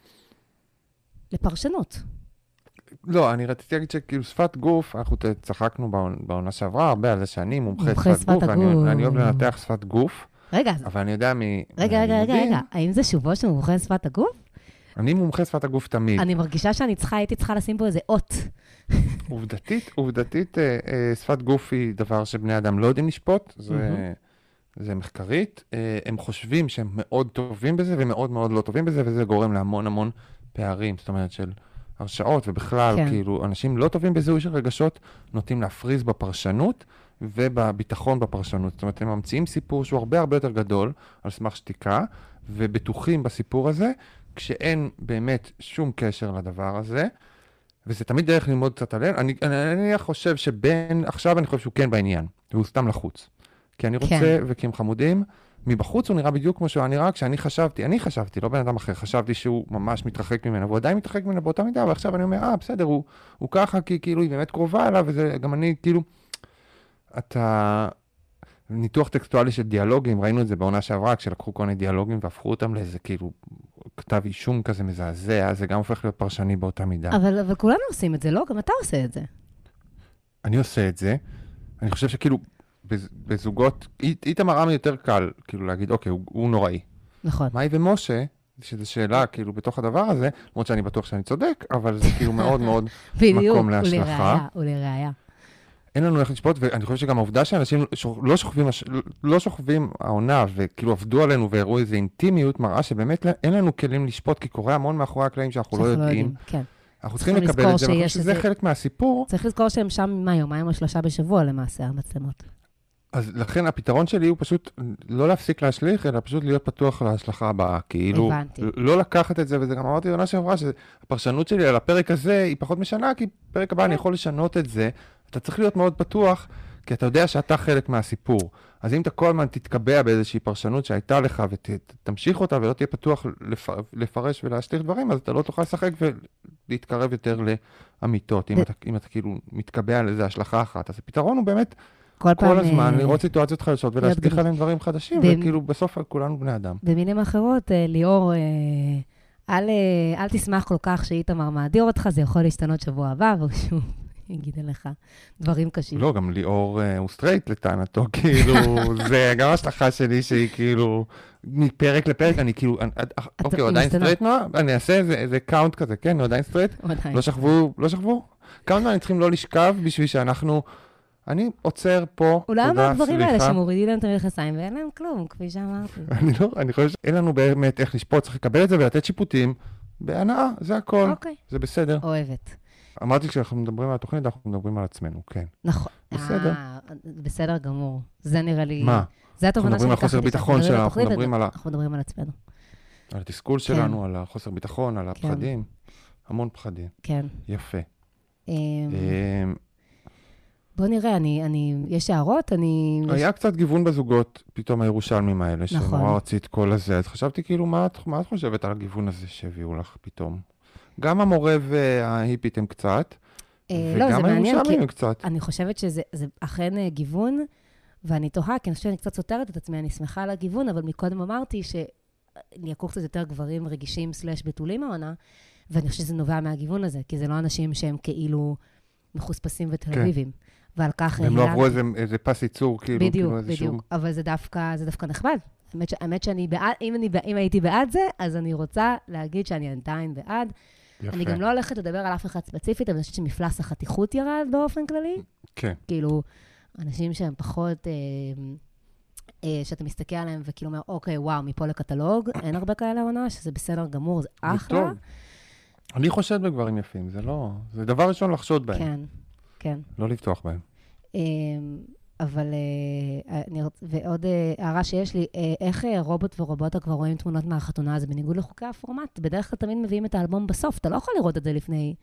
לפרשנות. לא, אני רציתי להגיד שכאילו שפת גוף, אנחנו ת- צחקנו בעונה- בעונה שעברה הרבה על זה שאני מומחה מומחה שפת שפת גוף, ואני הגוף. אני אוהב לנתח שפת גוף, רגע, אז- אבל אני יודע מ... רגע, רגע, רגע, מהלימודים, רגע. האם זה שובו של מומחה שפת הגוף? אני מומחה שפת הגוף תמיד. אני מרגישה שאני צריכה, הייתי צריכה לשים פה איזה אות. עובדתית, עובדתית, אה, אה, שפת גוף היא דבר שבני אדם לא יודעים לשפוט, זה, מהמם. זה מחקרית. אה, הם חושבים שהם מאוד טובים בזה ומאוד מאוד לא טובים בזה, וזה גורם להמון המון פערים, זאת אומרת של הרשאות, ובכלל, כן. כאילו, אנשים לא טובים בזיהוי של רגשות, נוטים להפריז בפרשנות ובביטחון בפרשנות. זאת אומרת, הם ממציאים סיפור שהוא הרבה הרבה יותר גדול, על סמך שתיקה, ובטוחים בסיפור הזה, כשאין באמת שום קשר לדבר הזה. וזה תמיד דרך ללמוד קצת עליהם. אני, אני, אני חושב שבין, עכשיו אני חושב שהוא כן בעניין, והוא סתם לחוץ. כי אני רוצה, כן. וכי הם חמודים, מבחוץ הוא נראה בדיוק כמו שהוא היה נראה, כשאני חשבתי, אני חשבתי, לא בן אדם אחר, חשבתי שהוא ממש מתרחק ממנו, והוא עדיין מתרחק ממנו באותה מידה, ועכשיו אני אומר, אה, בסדר, הוא, הוא ככה, כי כאילו היא באמת קרובה אליו, וזה גם אני, כאילו, אתה... ניתוח טקסטואלי של דיאלוגים, ראינו את זה בעונה שעברה, כשלקחו כל מיני דיאלוגים והפכו אותם לאיזה כאילו כתב אישום כזה מזעזע, זה גם הופך להיות פרשני באותה מידה. אבל, אבל כולנו עושים את זה, לא? גם אתה עושה את זה. אני עושה את זה, אני חושב שכאילו בז- בזוגות, איתמר עמי יותר קל כאילו להגיד, אוקיי, הוא, הוא נוראי. נכון. מאי ומשה, שזו שאלה כאילו בתוך הדבר הזה, למרות שאני בטוח שאני צודק, אבל זה כאילו מאוד מאוד בדיוק, מקום להשלכה. ולראיה, ולראיה. אין לנו איך לשפוט, ואני חושב שגם העובדה שאנשים שוכ- לא שוכבים, הש- לא שוכבים העונה, וכאילו עבדו עלינו והראו איזו אינטימיות, מראה שבאמת לא- אין לנו כלים לשפוט, כי קורה המון מאחורי הקלעים שאנחנו לא שאנחנו יודעים. כן. אנחנו צריכים צריכים לקבל את זה, לזכור ואני חושב שיש שזה איזה- חלק מהסיפור. צריך לזכור שהם שם, מה, יומיים או שלושה בשבוע למעשה, המצלמות. אז לכן הפתרון שלי הוא פשוט לא להפסיק להשליך, אלא פשוט להיות פתוח להשלכה הבאה. כאילו, הבנתי. לא לקחת את זה, וזה גם אמרתי עונה שעברה, שהפרשנות שלי על הפרק הזה היא פחות משנה, כי פרק הבא אני יכול לשנות את זה. אתה צריך להיות מאוד פתוח, כי אתה יודע שאתה חלק מהסיפור. אז אם אתה כל הזמן תתקבע באיזושהי פרשנות שהייתה לך, ותמשיך אותה ולא תהיה פתוח לפרש ולהשליך דברים, אז אתה לא תוכל לשחק ולהתקרב יותר לאמיתות. אם אתה, אם אתה כאילו מתקבע על איזו השלכה אחת, אז הפתרון הוא באמת כל, כל הזמן לראות סיטואציות חדשות ולהשליך עליהם דברים חדשים, ב... וכאילו בסוף כולנו בני אדם. במילים אחרות, ליאור, אל, אל תשמח כל כך שאיתמר מאדיר אותך, זה יכול להשתנות שבוע הבא, והוא יגיד עליך דברים קשים. לא, גם ליאור הוא סטרייט לטענתו, כאילו, זה גם השלכה שלי שהיא כאילו, מפרק לפרק, אני כאילו, אוקיי, הוא עדיין סטרייט נועה? אני אעשה איזה קאונט כזה, כן, הוא עדיין סטרייט? לא שכבו, לא שכבו? כמה זמן צריכים לא לשכב בשביל שאנחנו, אני עוצר פה, אולי אמר הדברים האלה שמורידים להם את המכנסיים, ואין להם כלום, כפי שאמרתי. אני לא, אני חושב שאין לנו באמת איך לשפוט, צריך לקבל את זה ולתת שיפוטים, בהנאה, זה הכל, זה בסדר. אוהבת. אמרתי כשאנחנו מדברים על התוכנית, אנחנו מדברים על עצמנו, כן. נכון. בסדר. בסדר גמור. זה נראה לי... מה? זה התובנה אנחנו מדברים על חוסר ביטחון שלנו, אנחנו מדברים על... אנחנו מדברים על עצמנו. על התסכול שלנו, על החוסר ביטחון, על הפחדים. המון פחדים. כן. יפה. בוא נראה, אני... יש הערות, אני... היה קצת גיוון בזוגות, פתאום הירושלמים האלה, שנורא רצית כל הזה. אז חשבתי כאילו, מה את חושבת על הגיוון הזה שהביאו לך פתאום? גם המורה וההיפית הם קצת, וגם הירושלמים הם קצת. אני חושבת שזה אכן גיוון, ואני תוהה, כי אני חושבת שאני קצת סותרת את עצמי, אני שמחה על הגיוון, אבל מקודם אמרתי שנהיו קצת יותר גברים רגישים סלש בתולים העונה, ואני חושבת שזה נובע מהגיוון הזה, כי זה לא אנשים שהם כאילו מחוספסים ותל אביבים. ועל כך... הם לא עברו איזה פס ייצור, כאילו. בדיוק, בדיוק. אבל זה דווקא נחמד. האמת שאני בעד, אם הייתי בעד זה, אז אני רוצה להגיד שאני עדיין בעד. אני גם לא הולכת לדבר על אף אחד ספציפית, אבל אני חושבת שמפלס החתיכות ירד באופן כללי. כן. כאילו, אנשים שהם פחות, שאתה מסתכל עליהם וכאילו אומר, אוקיי, וואו, מפה לקטלוג, אין הרבה כאלה עונה, שזה בסדר גמור, זה אחלה. אני חושד בגברים יפים, זה לא, זה דבר ראשון לחשוד בהם. כן, כן. לא לפתוח בהם. אבל, ועוד הערה שיש לי, איך רובוט ורובוטה כבר רואים תמונות מהחתונה, זה בניגוד לחוקי הפורמט, בדרך כלל תמיד מביאים את האלבום בסוף, אתה לא יכול לראות את זה לפני.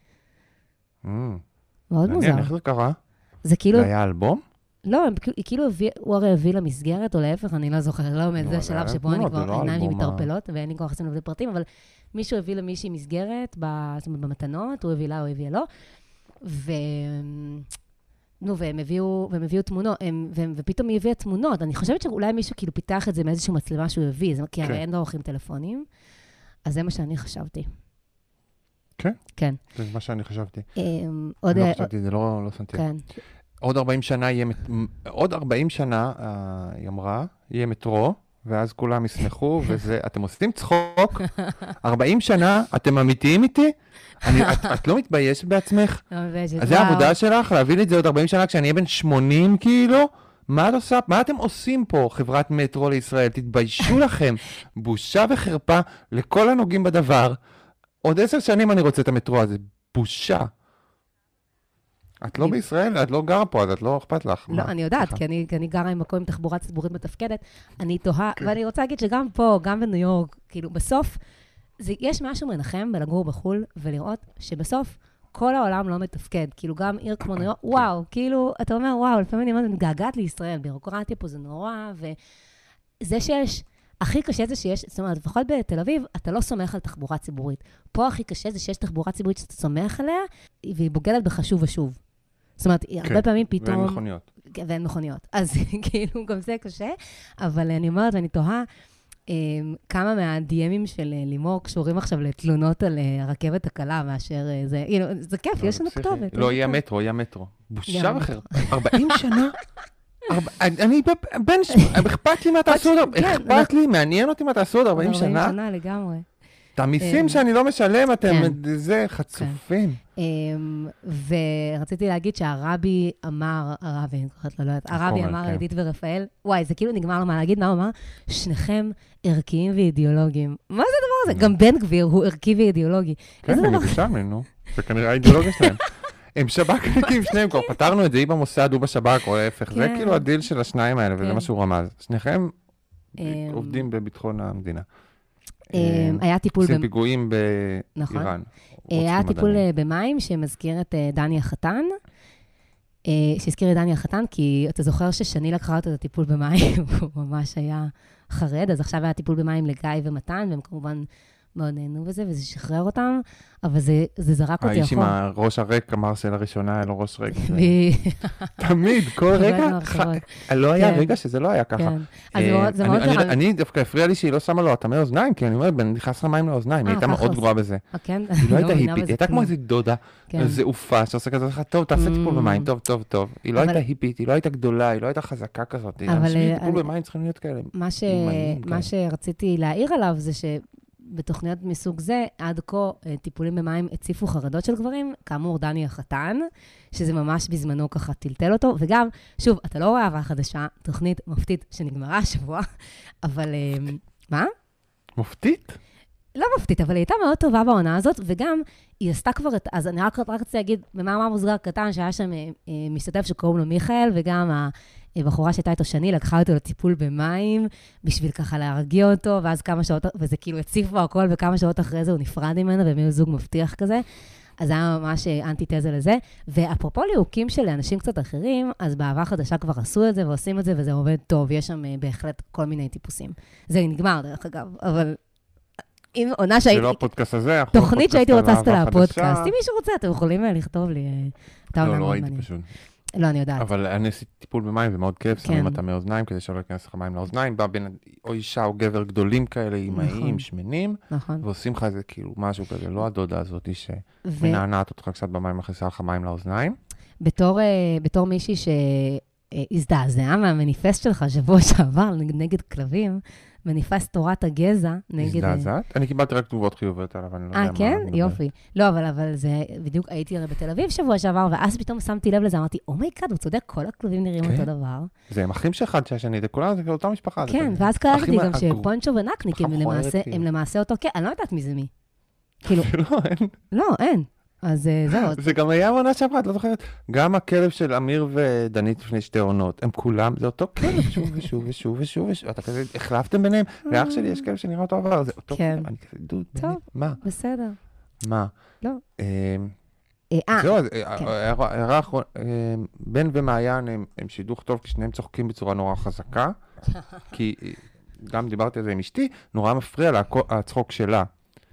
מאוד מוזר. איך זה קרה? זה כאילו... זה היה אלבום? לא, כאילו הוא הרי הביא למסגרת, או להפך, אני לא זוכר, לא עומד, זה שלב שבו אני כבר, העיניים שלי מתערפלות, ואין לי כבר חסים לבדי פרטים, אבל מישהו הביא למישהי מסגרת, במתנות, הוא הביא לה, הוא הביא לו, ו... נו, והם הביאו, והם הביאו תמונות, ופתאום היא הביאה תמונות. אני חושבת שאולי מישהו כאילו פיתח את זה מאיזשהו מצלמה שהוא הביא, כי הרי אין לו אורחים טלפונים. אז זה מה שאני חשבתי. כן? כן. זה מה שאני חשבתי. עוד... לא חשבתי, זה לא שמתי. כן. עוד ארבעים שנה יהיה, עוד ארבעים שנה, היא אמרה, יהיה מטרו, ואז כולם ישמחו, וזה, אתם עושים צחוק, ארבעים שנה, אתם אמיתיים איתי? אני, את, את לא מתביישת בעצמך? לא מתביישת. אז זה העבודה שלך, להביא לי את זה עוד ארבעים שנה, כשאני אהיה בן שמונים כאילו? מה את עושה? מה אתם עושים פה, חברת מטרו לישראל? תתביישו לכם. בושה וחרפה לכל הנוגעים בדבר. עוד עשר שנים אני רוצה את המטרו הזה. בושה. את לא בישראל, את לא גרה פה, אז את לא אכפת לך. לא, אני יודעת, כי אני גרה עם מקום עם תחבורה ציבורית מתפקדת. אני תוהה, ואני רוצה להגיד שגם פה, גם בניו יורק, כאילו, בסוף, יש משהו מנחם בלגור בחול, ולראות שבסוף כל העולם לא מתפקד. כאילו, גם עיר כמו ניו יורק, וואו, כאילו, אתה אומר, וואו, לפעמים אני מתגעגעת לישראל, בירוקרטיה פה זה נורא, וזה שיש, הכי קשה זה שיש, זאת אומרת, לפחות בתל אביב, אתה לא סומך על תחבורה ציבורית. פה הכי קשה זה שיש תחבורה ציבורית שאתה סומך עליה, והיא בוגדת בך שוב ושוב. זאת אומרת, הרבה פעמים פתאום... ואין מכוניות. ואין מכוניות. אז כאילו, גם זה קשה, אבל אני אומרת, ואני תוהה, כמה מהדי-אמים של לימור קשורים עכשיו לתלונות על הרכבת הקלה, מאשר זה, זה כיף, יש לנו כתובת. לא, יהיה מטרו, יהיה מטרו. בושה אחר. ארבעים שנה? אני בן... אכפת לי מה תעשו עוד... אכפת לי, מעניין אותי מה תעשו עוד ארבעים שנה? ארבעים שנה לגמרי. את המיסים שאני לא משלם, אתם... זה חצופים. ורציתי להגיד שהרבי אמר, הרבי, אני קוראת לו, לא יודעת, הרבי אמר עדית ורפאל, וואי, זה כאילו נגמר לו מה להגיד, מה הוא אמר? שניכם ערכיים ואידיאולוגיים. מה זה הדבר הזה? גם בן גביר הוא ערכי ואידיאולוגי. כן, אני בשם, נו. זה כנראה האידיאולוגיה שלהם. הם שב"כניקים שניהם, כבר פתרנו את זה, היא במוסד, הוא בשב"כ, או להפך. זה כן. כאילו הדיל של השניים האלה, וזה כן. מה שהוא רמז. שניכם אמ, עובדים בביטחון המדינה. אמ, היה טיפול... עושים במ- פיגועים נכון. באיראן. היה רוצחים טיפול מדענים. אה, במים שמזכיר את אה, דני החתן, אה, שהזכיר את דני החתן, כי אתה זוכר ששני לקחה אותו את הטיפול במים, הוא ממש היה חרד, אז עכשיו היה טיפול במים לגיא ומתן, והם כמובן מאוד נהנו בזה, וזה שחרר אותם, אבל זה, זה זרק אותי האיש עם אחורה. הראש הריק אמר שלראשונה היה לו ראש ריק. ו- תמיד, כל רגע, קיבלנו ח- מחשבות. לא היה כן. רגע שזה לא היה ככה. כן. אז זה אה, מאוד- זה אני- מאוד אני- זרם. אני דווקא הפריע לי שהיא לא שמה לו אטמי אוזניים, כי אני אומרת, "בן, נכנס לך מים לאוזניים, היא אה, הייתה ככה מאוד עושה. גרועה בזה. אה, כן? היא לא אני הייתה מאמינה היפית, בזה היא הייתה כמו כלום. איזה דודה, כן. זעופה, שעושה כזה, טוב, תעשה טיפול Mm. במים, טוב, טוב, טוב. היא לא אבל- הייתה היפית, היא לא הייתה גדולה, היא לא הייתה חזקה כזאת. אבל, אנשים אה, טיפול אני- במים צריכים להיות כאלה. מה, ש... אימהיים כאלה. מה שרציתי להעיר עליו זה שבתוכניות מסוג זה, עד כה אה, טיפולים במים הציפו חרדות של גברים, כאמור דני החתן, שזה ממש בזמנו ככה טלטל אותו, וגם, שוב, אתה לא רואה אהבה חדשה, תוכנית מופתית שנגמרה השבוע, אבל אה, מה? מופתית? לא מופתית, אבל היא הייתה מאוד טובה בעונה הזאת, וגם היא עשתה כבר את... אז אני רק, רק רציתי להגיד, במאמר מוסגר קטן, שהיה שם אה, אה, משתתף שקוראים לו מיכאל, וגם הבחורה שהייתה איתו שני, לקחה אותו לטיפול במים, בשביל ככה להרגיע אותו, ואז כמה שעות, וזה כאילו הציף בו הכל, וכמה שעות אחרי זה הוא נפרד ממנו, והם היו זוג מבטיח כזה. אז זה היה ממש אה, אנטיתזה לזה. ואפרופו ליהוקים של אנשים קצת אחרים, אז באהבה חדשה כבר עשו את זה, ועושים את זה, וזה עובד טוב. יש שם אה, בהחלט כל מיני טיפוסים. זה נגמר, דרך אגב, אבל... אם עונה זה שהייתי... לא הפודקאסט הזה, אנחנו תוכנית בפודקאסט שהייתי על רוצה לעשות אהבה עליה חדשה. פודקאסט. אם מישהו רוצה, אתם יכולים אה, לכתוב לי. אה, הייתה עונה לא, לא מאוד ראיתי מעניינת. פשוט. לא, אני יודעת. אבל אני עשיתי טיפול במים, זה מאוד כיף, כן. שמים אותם מאוזניים, כדי שלא ייכנס לך מים לאוזניים, בא בין או אישה או גבר גדולים כאלה, אימהיים, נכון. שמנים, נכון. ועושים לך איזה כאילו משהו כזה, לא הדודה הזאת ו- שמנענעת אותך קצת במים, מכניסה לך מים לאוזניים. בתור, אה, בתור מישהי שהזדעזעה מהמניפסט שלך שבוע שעבר נגד כלבים, מניפסט תורת הגזע נגד... אה, הזדעזעת? אני קיבלתי רק תגובות חיוביות עליו, אני לא יודע אה, מה. כן? אני מדבר. יופי. לא, אבל, אבל זה בדיוק, הייתי הרי בתל אביב שבוע שעבר, ואז פתאום שמתי לב לזה, אמרתי, אומייגאד, הוא צודק, כל הכלבים נראים כן. אותו דבר. זה הם אחים שאחד שהשני, זה כולם, זה אותה משפחה. זה כן, כזה. ואז קלטתי אחים גם הגרו- שפונצ'ו ונקניק הם משפחה מכוערת, למעשה, כאילו. הם למעשה אותו, כן, אני לא יודעת מי זה מי. כאילו, לא, אין. לא, אין. אז אה, זהו. זה גם היה עונה שעברה, את לא זוכרת? גם הכלב של אמיר ודנית לפני שתי עונות, הם כולם, זה אותו כלב, שוב ושוב ושוב ושוב ושוב, אתה כזה, החלפתם ביניהם, לאח שלי יש כלב שנראה אותו עבר, זה אותו כן. כלב, אני כזה, דוד, טוב. באמת, מה? בסדר. מה? לא. אה, אה, אה, זהו, אז, כן. הערה הערה אחרונה, אה, בן ומעיין הם הם שידוך טוב, כי שניהם צוחקים בצורה נורא חזקה, כי אה, גם דיברתי על זה עם אשתי, נורא מפריע לה הכ- הצחוק שלה.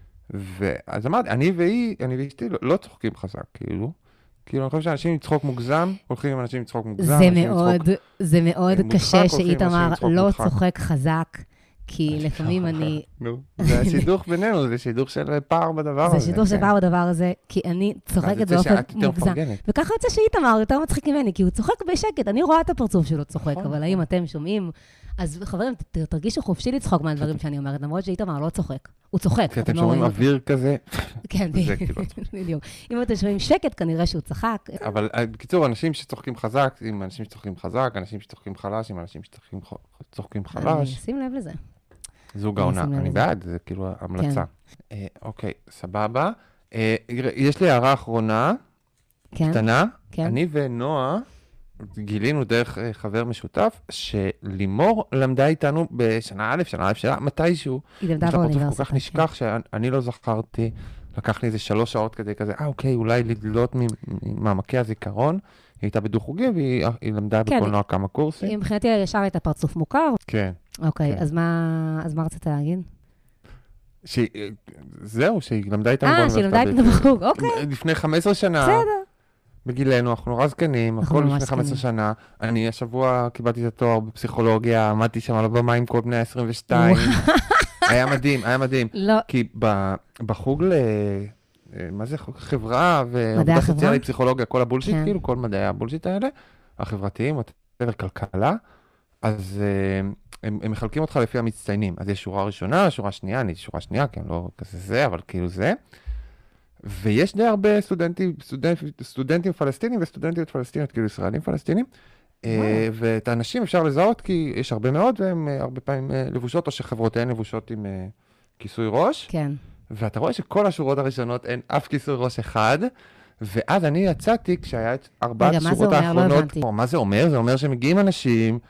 ואז אמרתי, אני והיא, אני ואשתי לא- לא צוחקים חזק, כאילו. כאילו, אני חושב שאנשים עם צחוק מוגזם, הולכים עם אנשים עם צחוק מוגזם. זה אנשים עם מאוד, צחוק- זה מאוד מודחק, קשה הולכים שאיתמר אנשים צחוק לא מודחק. צוחק חזק, כי לפעמים אני... נו, זה השידוך בינינו, זה שידוך של פער בדבר הזה. זה שידור כן. שבא בדבר הזה, כי אני אז צוחקת יוצא באופן שאת יותר מוגזם. מפרגנת. וככה יוצא שאיתמר יותר מצחיק ממני, כי הוא צוחק בשקט, אני רואה את הפרצוף שלו צוחק, נכון, אבל נכון. האם אתם שומעים? אז חברים, ת- תרגישו חופשי לצחוק מהדברים שאני אומרת, למרות שאיתמר לא צוחק. הוא צוחק, כי אתם לא שומעים רואים אותו. אוויר כזה, כן, זה כאילו הצחוק. בדיוק. אם אתם שומעים שקט, כנראה שהוא צחק. אבל אה, בקיצור, אנשים שצוחקים חזק, עם אנשים שצוחקים חזק, אנשים שצוחקים חלש, עם אנשים שצוחקים ח- צוחקים אני חלש, שים לב לזה. זוג אני העונה. אשים לב אני לזה. בעד, זה כאילו המלצה. אה, אוקיי, סבבה. אה, יש לי הערה אחרונה, כן, קטנה. כן. אני ונועה גילינו דרך אה, חבר משותף, שלימור למדה איתנו בשנה א', שנה א' שלה, מתישהו. היא למדה יש לה פרצוף באוניברסיטה. כל כך נשכח שאני לא זכרתי, לקח לי איזה שלוש שעות כדי כזה, אה אוקיי, אולי לדלות ממעמקי הזיכרון. היא הייתה בדו-חוגי והיא היא למדה כן. בקולנוע כמה קורסים. כן. מבחינתי ישר הייתה פרצוף מוכר. כן. אוקיי, כן. אז מה אז מה רצית להגיד? שהיא- זהו, שהיא למדה איתנו אה, שהיא למדה איתנו בחוג, אוקיי, לפני חמש עשרה שנה, בסדר. בגילנו, אנחנו נורא זקנים, אנחנו הכל ממש לפני חמש עשרה זקנים. שנה. אני השבוע קיבלתי את התואר בפסיכולוגיה, עמדתי שם על הבמה עם כל בני ה-עשרים ושתיים. היה מדהים, היה מדהים. לא, כי ב- בחוג ל... מה זה? חוג חברה ועבודה החברה? סוציאלית, פסיכולוגיה, כל הבולשיט, כן. כאילו, כל מדעי הבולשיט האלה, החברתיים, או כלכלה, אז אה, הם, הם מחלקים אותך לפי המצטיינים. אז יש שורה ראשונה, שורה שנייה, אני שורה שנייה, כי הם לא כזה זה, אבל כאילו זה. ויש די הרבה סטודנטים, סטודנט, סטודנטים פלסטינים וסטודנטיות פלסטיניות, כאילו ישראלים פלסטינים. אה, ואת האנשים אפשר לזהות, כי יש הרבה מאוד, והם אה, הרבה פעמים אה, לבושות, או שחברותיהן לבושות עם אה, כיסוי ראש. כן. ואתה רואה שכל השורות הראשונות אין אף כיסוי ראש אחד, ואז אני יצאתי כשהיה את ארבעת רגע, מה זה שורות אומר? לא האחרונות. הבנתי. או, מה זה אומר? זה אומר שמגיעים אנשים,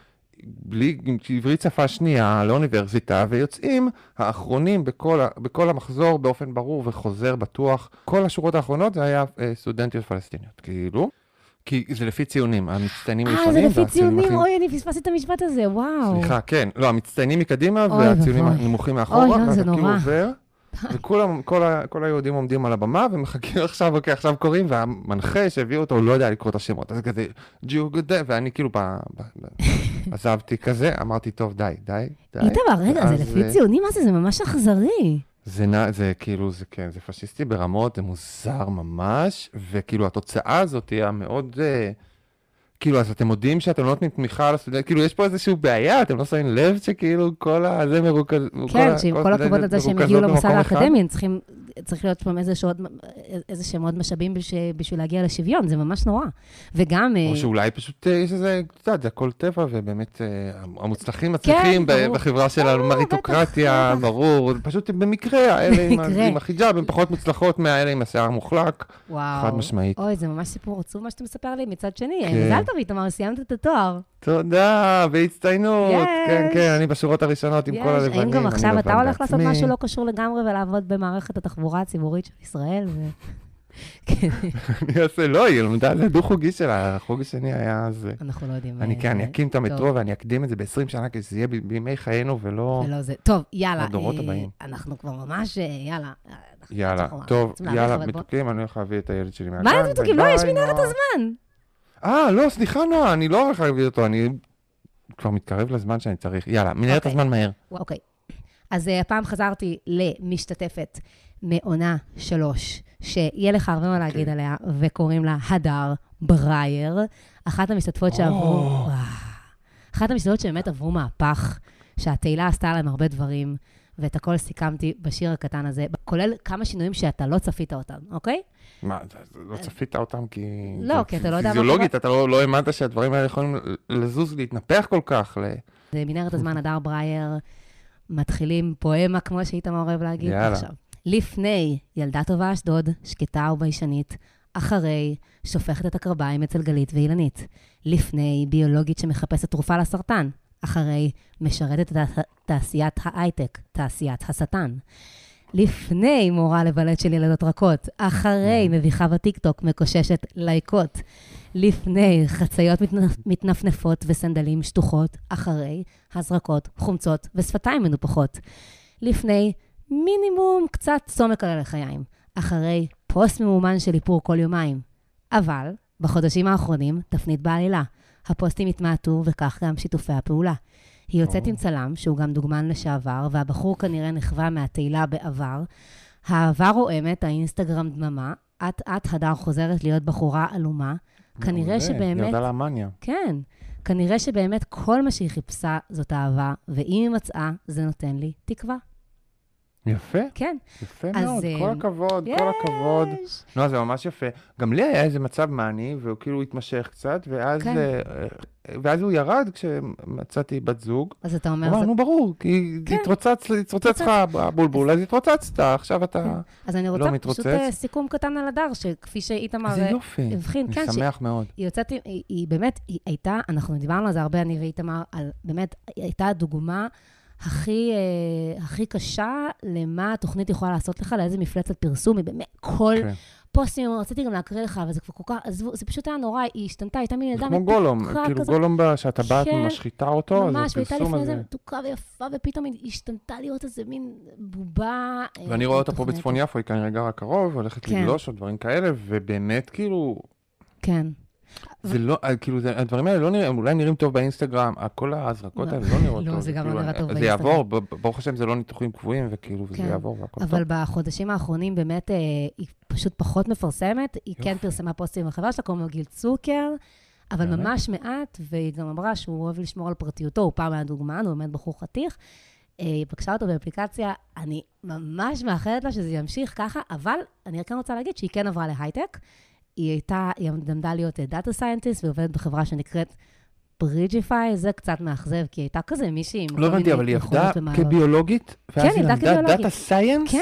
בלי עברית שפה שנייה, לאוניברסיטה, ויוצאים האחרונים בכל, ה- בכל המחזור באופן ברור וחוזר בטוח. כל השורות האחרונות זה היה אה, סטודנטיות פלסטיניות, כאילו. כי זה לפי ציונים, המצטיינים אה, ראשונים. זה לפי והציונים ציונים, הכי- אוי, אני פספסתי את המשפט הזה, וואו. סליחה, כן. לא, המצטיינים מקדימה אוי והציונים ואבוי. הנמוכים מאחורה. אוי, לא, ואתה זה כאילו נורא. עובר, וכולם, כל, ה, כל היהודים עומדים על הבמה ומחכים עכשיו, אוקיי, עכשיו קוראים, והמנחה שהביא אותו, הוא לא יודע לקרוא את השמות. אז כזה, ג'יו גדה, ואני כאילו ב, ב, ב, עזבתי כזה, אמרתי, טוב, די, די, די. איתמר, רגע, זה ואז, לפי אה, ציונים, מה זה? זה ממש אכזרי. זה, נע- זה כאילו, זה כן, זה פשיסטי ברמות, זה מוזר ממש, וכאילו התוצאה הזאת היא המאוד, אה, כאילו, אז אתם מודים שאתם לא נותנים תמיכה לסטודנט, כאילו, יש פה איזושהי בעיה, אתם לא שמים לב שכאילו כל ה... זה מרוכז... כן, שעם כל הכבוד על זה שהם הגיעו למוסד במקום אחד. האקדמי, הם צריכים, צריך להיות שם איזה שעות, איזה שהם עוד משאבים בש- בשביל להגיע לשוויון, זה ממש נורא. וגם... או אה, שאולי פשוט אה, יש איזה, קצת, זה הכל טבע, ובאמת אה, המוצלחים מצליחים ב- ברור. בחברה שלנו, ברור, מריטוקרטיה, בטח, בטח. ברור, פשוט במקרה, האלה עם ה- במקרה. עם החיג'אב, הן פחות מוצלחות מהאלה עם השיער מוחלק, וואו. חד משמעית. אוי, זה ממש סיפור עצוב מה שאתה מספר לי. מצד שני, כן. מזל טוב, איתמר, סיימת את התואר. תודה, בהצטיינות. יש. כן, כן, אני בשורות הראשונות עם יש. כל הלבנים. האם גם אני עכשיו לבן אתה הולך לעשות בעצמי. משהו לא קשור לגמרי ולעבוד במערכת התחבורה הציבורית של ישראל? ו- כן, אני אעשה, לא, היא למדה לדו-חוגי שלה, החוג השני היה אז... אנחנו לא יודעים. אני אה, כן, אני אקים את טוב. המטרו ואני אקדים את זה ב-עשרים שנה, כדי שזה יהיה ב- בימי חיינו ולא... ולא זה. טוב, יאללה. לדורות אה, הבאים. אנחנו כבר ממש, אה, יאללה. אנחנו- יאללה, אנחנו טוב, רוצים להאריך, יאללה, אבל בוא- מתוקים, אני הולך להביא את הילד שלי מהגן. מה זה מתוקים? לא, ביי, יש ביי, מנהרת נועה. הזמן. אה, לא, סליחה, נועה, אני לא הולך להביא אותו, אני כבר מתקרב לזמן שאני צריך. יאללה, מנהרת אוקיי. הזמן מהר. אוקיי. אז אה, הפעם חזרתי למשתתפת מעונה שלוש, שיהיה לך הרבה מה להגיד עליה, וקוראים לה הדר ברייר, אחת המשתתפות שעברו, וואו, אחת המשתתפות שבאמת עברו מהפך, שהתהילה עשתה להם הרבה דברים, ואת הכל סיכמתי בשיר הקטן הזה, כולל כמה שינויים שאתה לא צפית אותם, אוקיי? מה, אתה לא צפית אותם כי... לא, זה כי אתה לא יודע מה פיזיולוגית, אתה לא לא האמנת שהדברים האלה יכולים לזוז, להתנפח כל כך. ל- זה מנהרת הזמן, הדר ברייר, מתחילים פואמה, כמו שאיתמר אוהב להגיד. יאללה. עכשיו, לפני ילדה טובה אשדוד, שקטה וביישנית, אחרי שופכת את הקרביים אצל גלית ואילנית, לפני ביולוגית שמחפשת תרופה לסרטן, אחרי משרתת את תעשיית ההייטק, תעשיית השטן. לפני מורה לבלט של ילדות רכות, אחרי מביכה בטיקטוק, מקוששת לייקות, לפני חציות מתנפ... מתנפנפות וסנדלים שטוחות, אחרי הזרקות, חומצות ושפתיים מנופחות, לפני מינימום קצת סומק על הלחיים, אחרי פוסט ממומן של איפור כל יומיים. אבל בחודשים האחרונים תפנית בעלילה. הפוסטים התמעטו וכך גם שיתופי הפעולה. היא יוצאת עם צלם, שהוא גם דוגמן לשעבר, והבחור כנראה נחווה מהתהילה בעבר. העבר רועמת, האינסטגרם דממה, את את הדר חוזרת להיות בחורה אלומה. כנראה מעולה, שבאמת... ירדה לאמניה. כן. כנראה שבאמת כל מה שהיא חיפשה זאת אהבה, ואם היא מצאה, זה נותן לי תקווה. יפה, כן. יפה אז, מאוד, אה, כל הכבוד, כל הכבוד. יש. לא, זה ממש יפה. גם לי היה איזה מצב מעני, והוא כאילו התמשך קצת, ואז, כן. אה, ואז הוא ירד כשמצאתי בת זוג. אז אתה אומר... אמר, זה- נו ברור, כי כן. התרוצץ, התרוצץ לך הבולבול, אז התרוצצת, עכשיו אתה... אז אני לא רוצה פשוט מתרוצץ. אה, סיכום קטן על הדר, שכפי שאיתמר איזה אה, יופי, הבחין, אני כן, ש- שמח מאוד. היא יוצאת, עם- היא, היא באמת, היא הייתה, אנחנו דיברנו על זה הרבה, אני ואיתמר, על באמת, היא הייתה הדוגמה הכי, אה, הכי קשה למה התוכנית יכולה לעשות לך, לאיזה מפלצת פרסום, היא באמת כל כן. פוסטים, רציתי גם להקריא לך, אבל זה כבר כל כך, עזבו, זה פשוט היה נורא, היא השתנתה, הייתה מין זה ילדה כמו גולום, מתוקה כאילו כזאת. גולום ב- שהטבעת כן, משחיתה אותו, אז ממש, והייתה הפרסום לפני זה הזה. מתוקה ויפה, ופתאום היא השתנתה להיות איזה מין בובה. אה, ואני רואה אותה פה מתוכנתת. בצפון יפו, היא כנראה גרה קרוב, הולכת כן. לגלוש או דברים כאלה, ובאמת כאילו, כן. זה לא, כאילו, זה- הדברים האלה לא נראים, אולי נראים טוב באינסטגרם, כל ההזרקות לא. האלה לא נראות לא, טוב. זה גם לא כאילו, נראה טוב זה באינסטגרם. יעבור, ב- ברוך השם זה לא ניתוחים קבועים, וכאילו, וזה כן. יעבור והכל טוב. אבל בחודשים האחרונים באמת אה, היא פשוט פחות מפרסמת, היא כן יופי. פרסמה פוסטים עם החבר שלה, קוראים לו גיל צוקר, אבל באמת? ממש מעט, והיא גם אמרה שהוא אוהב לשמור על פרטיותו, הוא פעם היה דוגמן, הוא באמת בחור חתיך. אה, היא פגשה אותו באפליקציה, אני ממש מאחלת לה שזה ימשיך ככה, אבל אני כן רוצה להגיד שהיא כן עברה להייטק, היא הייתה, היא למדה להיות דאטה סיינטיסט, והיא עובדת בחברה שנקראת ברידג'יפיי, זה קצת מאכזב, כי היא הייתה כזה מישהי עם כל לא מיני הבנתי, אבל היא יכולות עבדה ומעלות. כביולוגית, כן, ואז היא היא עבדה למדה כביולוגית. דאטה סייאנס? כן,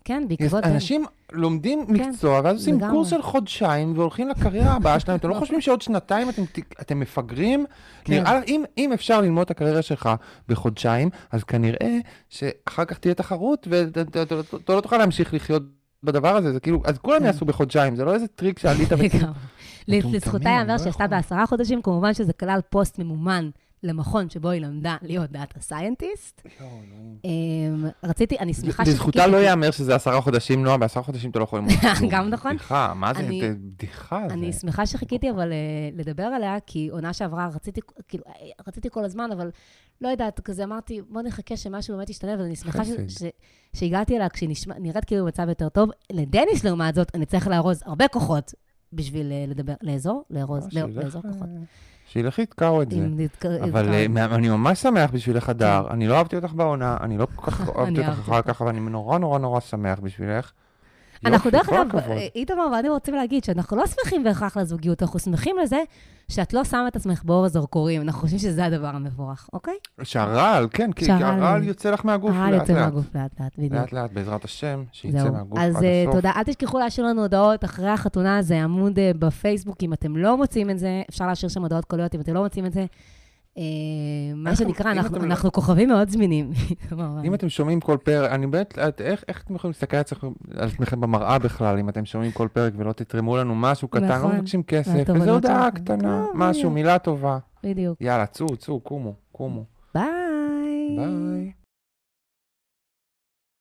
כן, יש- בעקבות... אנשים לומדים מקצוע, ואז עושים לגמרי. קורס של חודשיים, והולכים לקריירה הבאה שלהם. אתם לא חושבים שעוד שנתיים אתם ת- אתם מפגרים? כן. נראה, אם- אם אפשר ללמוד את הקריירה שלך בחודשיים, אז כנראה שאחר כך תהיה תחרות, ואתה לא תוכל להמשיך לחיות בדבר הזה. זה כאילו, אז כולם כן. יעשו בחודשיים, זה לא איזה טריק שעלית וכאילו... לגמרי. מטומטמים, לזכותה אני יאמר לא שעשתה יכול. בעשרה חודשים, כמובן שזה כלל פוסט ממומן למכון שבו היא למדה להיות דאטה סיינטיסט. רציתי, אני שמחה לזכותה לא יאמר שזה עשרה חודשים, נועה, בעשרה חודשים אתה לא יכול ללמוד כלום. גם נכון. בדיחה, מה זה? אני- זה בדיחה. אני זה. שמחה שחיכיתי אבל אה, לדבר עליה, כי עונה שעברה רציתי, כאילו, אה, רציתי כל הזמן, אבל לא יודעת, כזה אמרתי, בוא נחכה שמשהו באמת ישתנה, אבל אני שמחה ש- חסד. ש- שהגעתי אליה כשהיא נשמע- נראית כאילו במצב יותר טוב. לדניס, לעומת זאת, אני צריך לארוז הרבה כוחות בשביל אה, לדבר, לאזור, לארוז, אה, לא- שילך, לאזור אה, כוחות. שילך יתקעו את זה. אם נתק- אבל נתקע- אה, מה- אני ממש שמח בשבילך, הדר. אני לא אהבתי אותך בעונה, אני לא כל כך אהבתי אני אותך אהבתי אחר אותך. כך, אבל אני נורא נורא נורא שמח בשבילך. אנחנו יופי, דרך כל אגב, הכבוד. איתמר ואני רוצים להגיד שאנחנו לא שמחים בהכרח לזוגיות, אנחנו שמחים לזה שאת לא שמה את עצמך באור הזרקורים, אנחנו חושבים שזה הדבר המבורך, אוקיי? שהרעל, כן, כי שהרעל- הרעל יוצא לך מהגוף הרעל לאט יוצא לאט. מהגוף לאט לאט, בדיוק. לאט לאט, בעזרת השם, שיצא זהו. מהגוף אז עד אה, הסוף. תודה, אל תשכחו להשאיר לנו הודעות אחרי החתונה, זה עמוד אה, בפייסבוק, אם אתם לא מוצאים את זה, אפשר להשאיר שם הודעות קוליות, אם אתם לא מוצאים את זה. אה, מה איך- שנקרא, אם אנחנו- אתם לא- אנחנו כוכבים מאוד זמינים. אם אתם שומעים כל פרק, אני באמת, את- איך איך אתם יכולים להסתכל על עצמכם- על עצמכם במראה בכלל, אם אתם שומעים כל פרק ולא תתרמו לנו משהו קטן, לא נכון. מבקשים כסף, והתובנות וזו הודעה שלכם. קטנה, טוב, משהו, יאללה. מילה טובה. בדיוק. יאללה, צאו, צאו, קומו, קומו. ביי. ביי.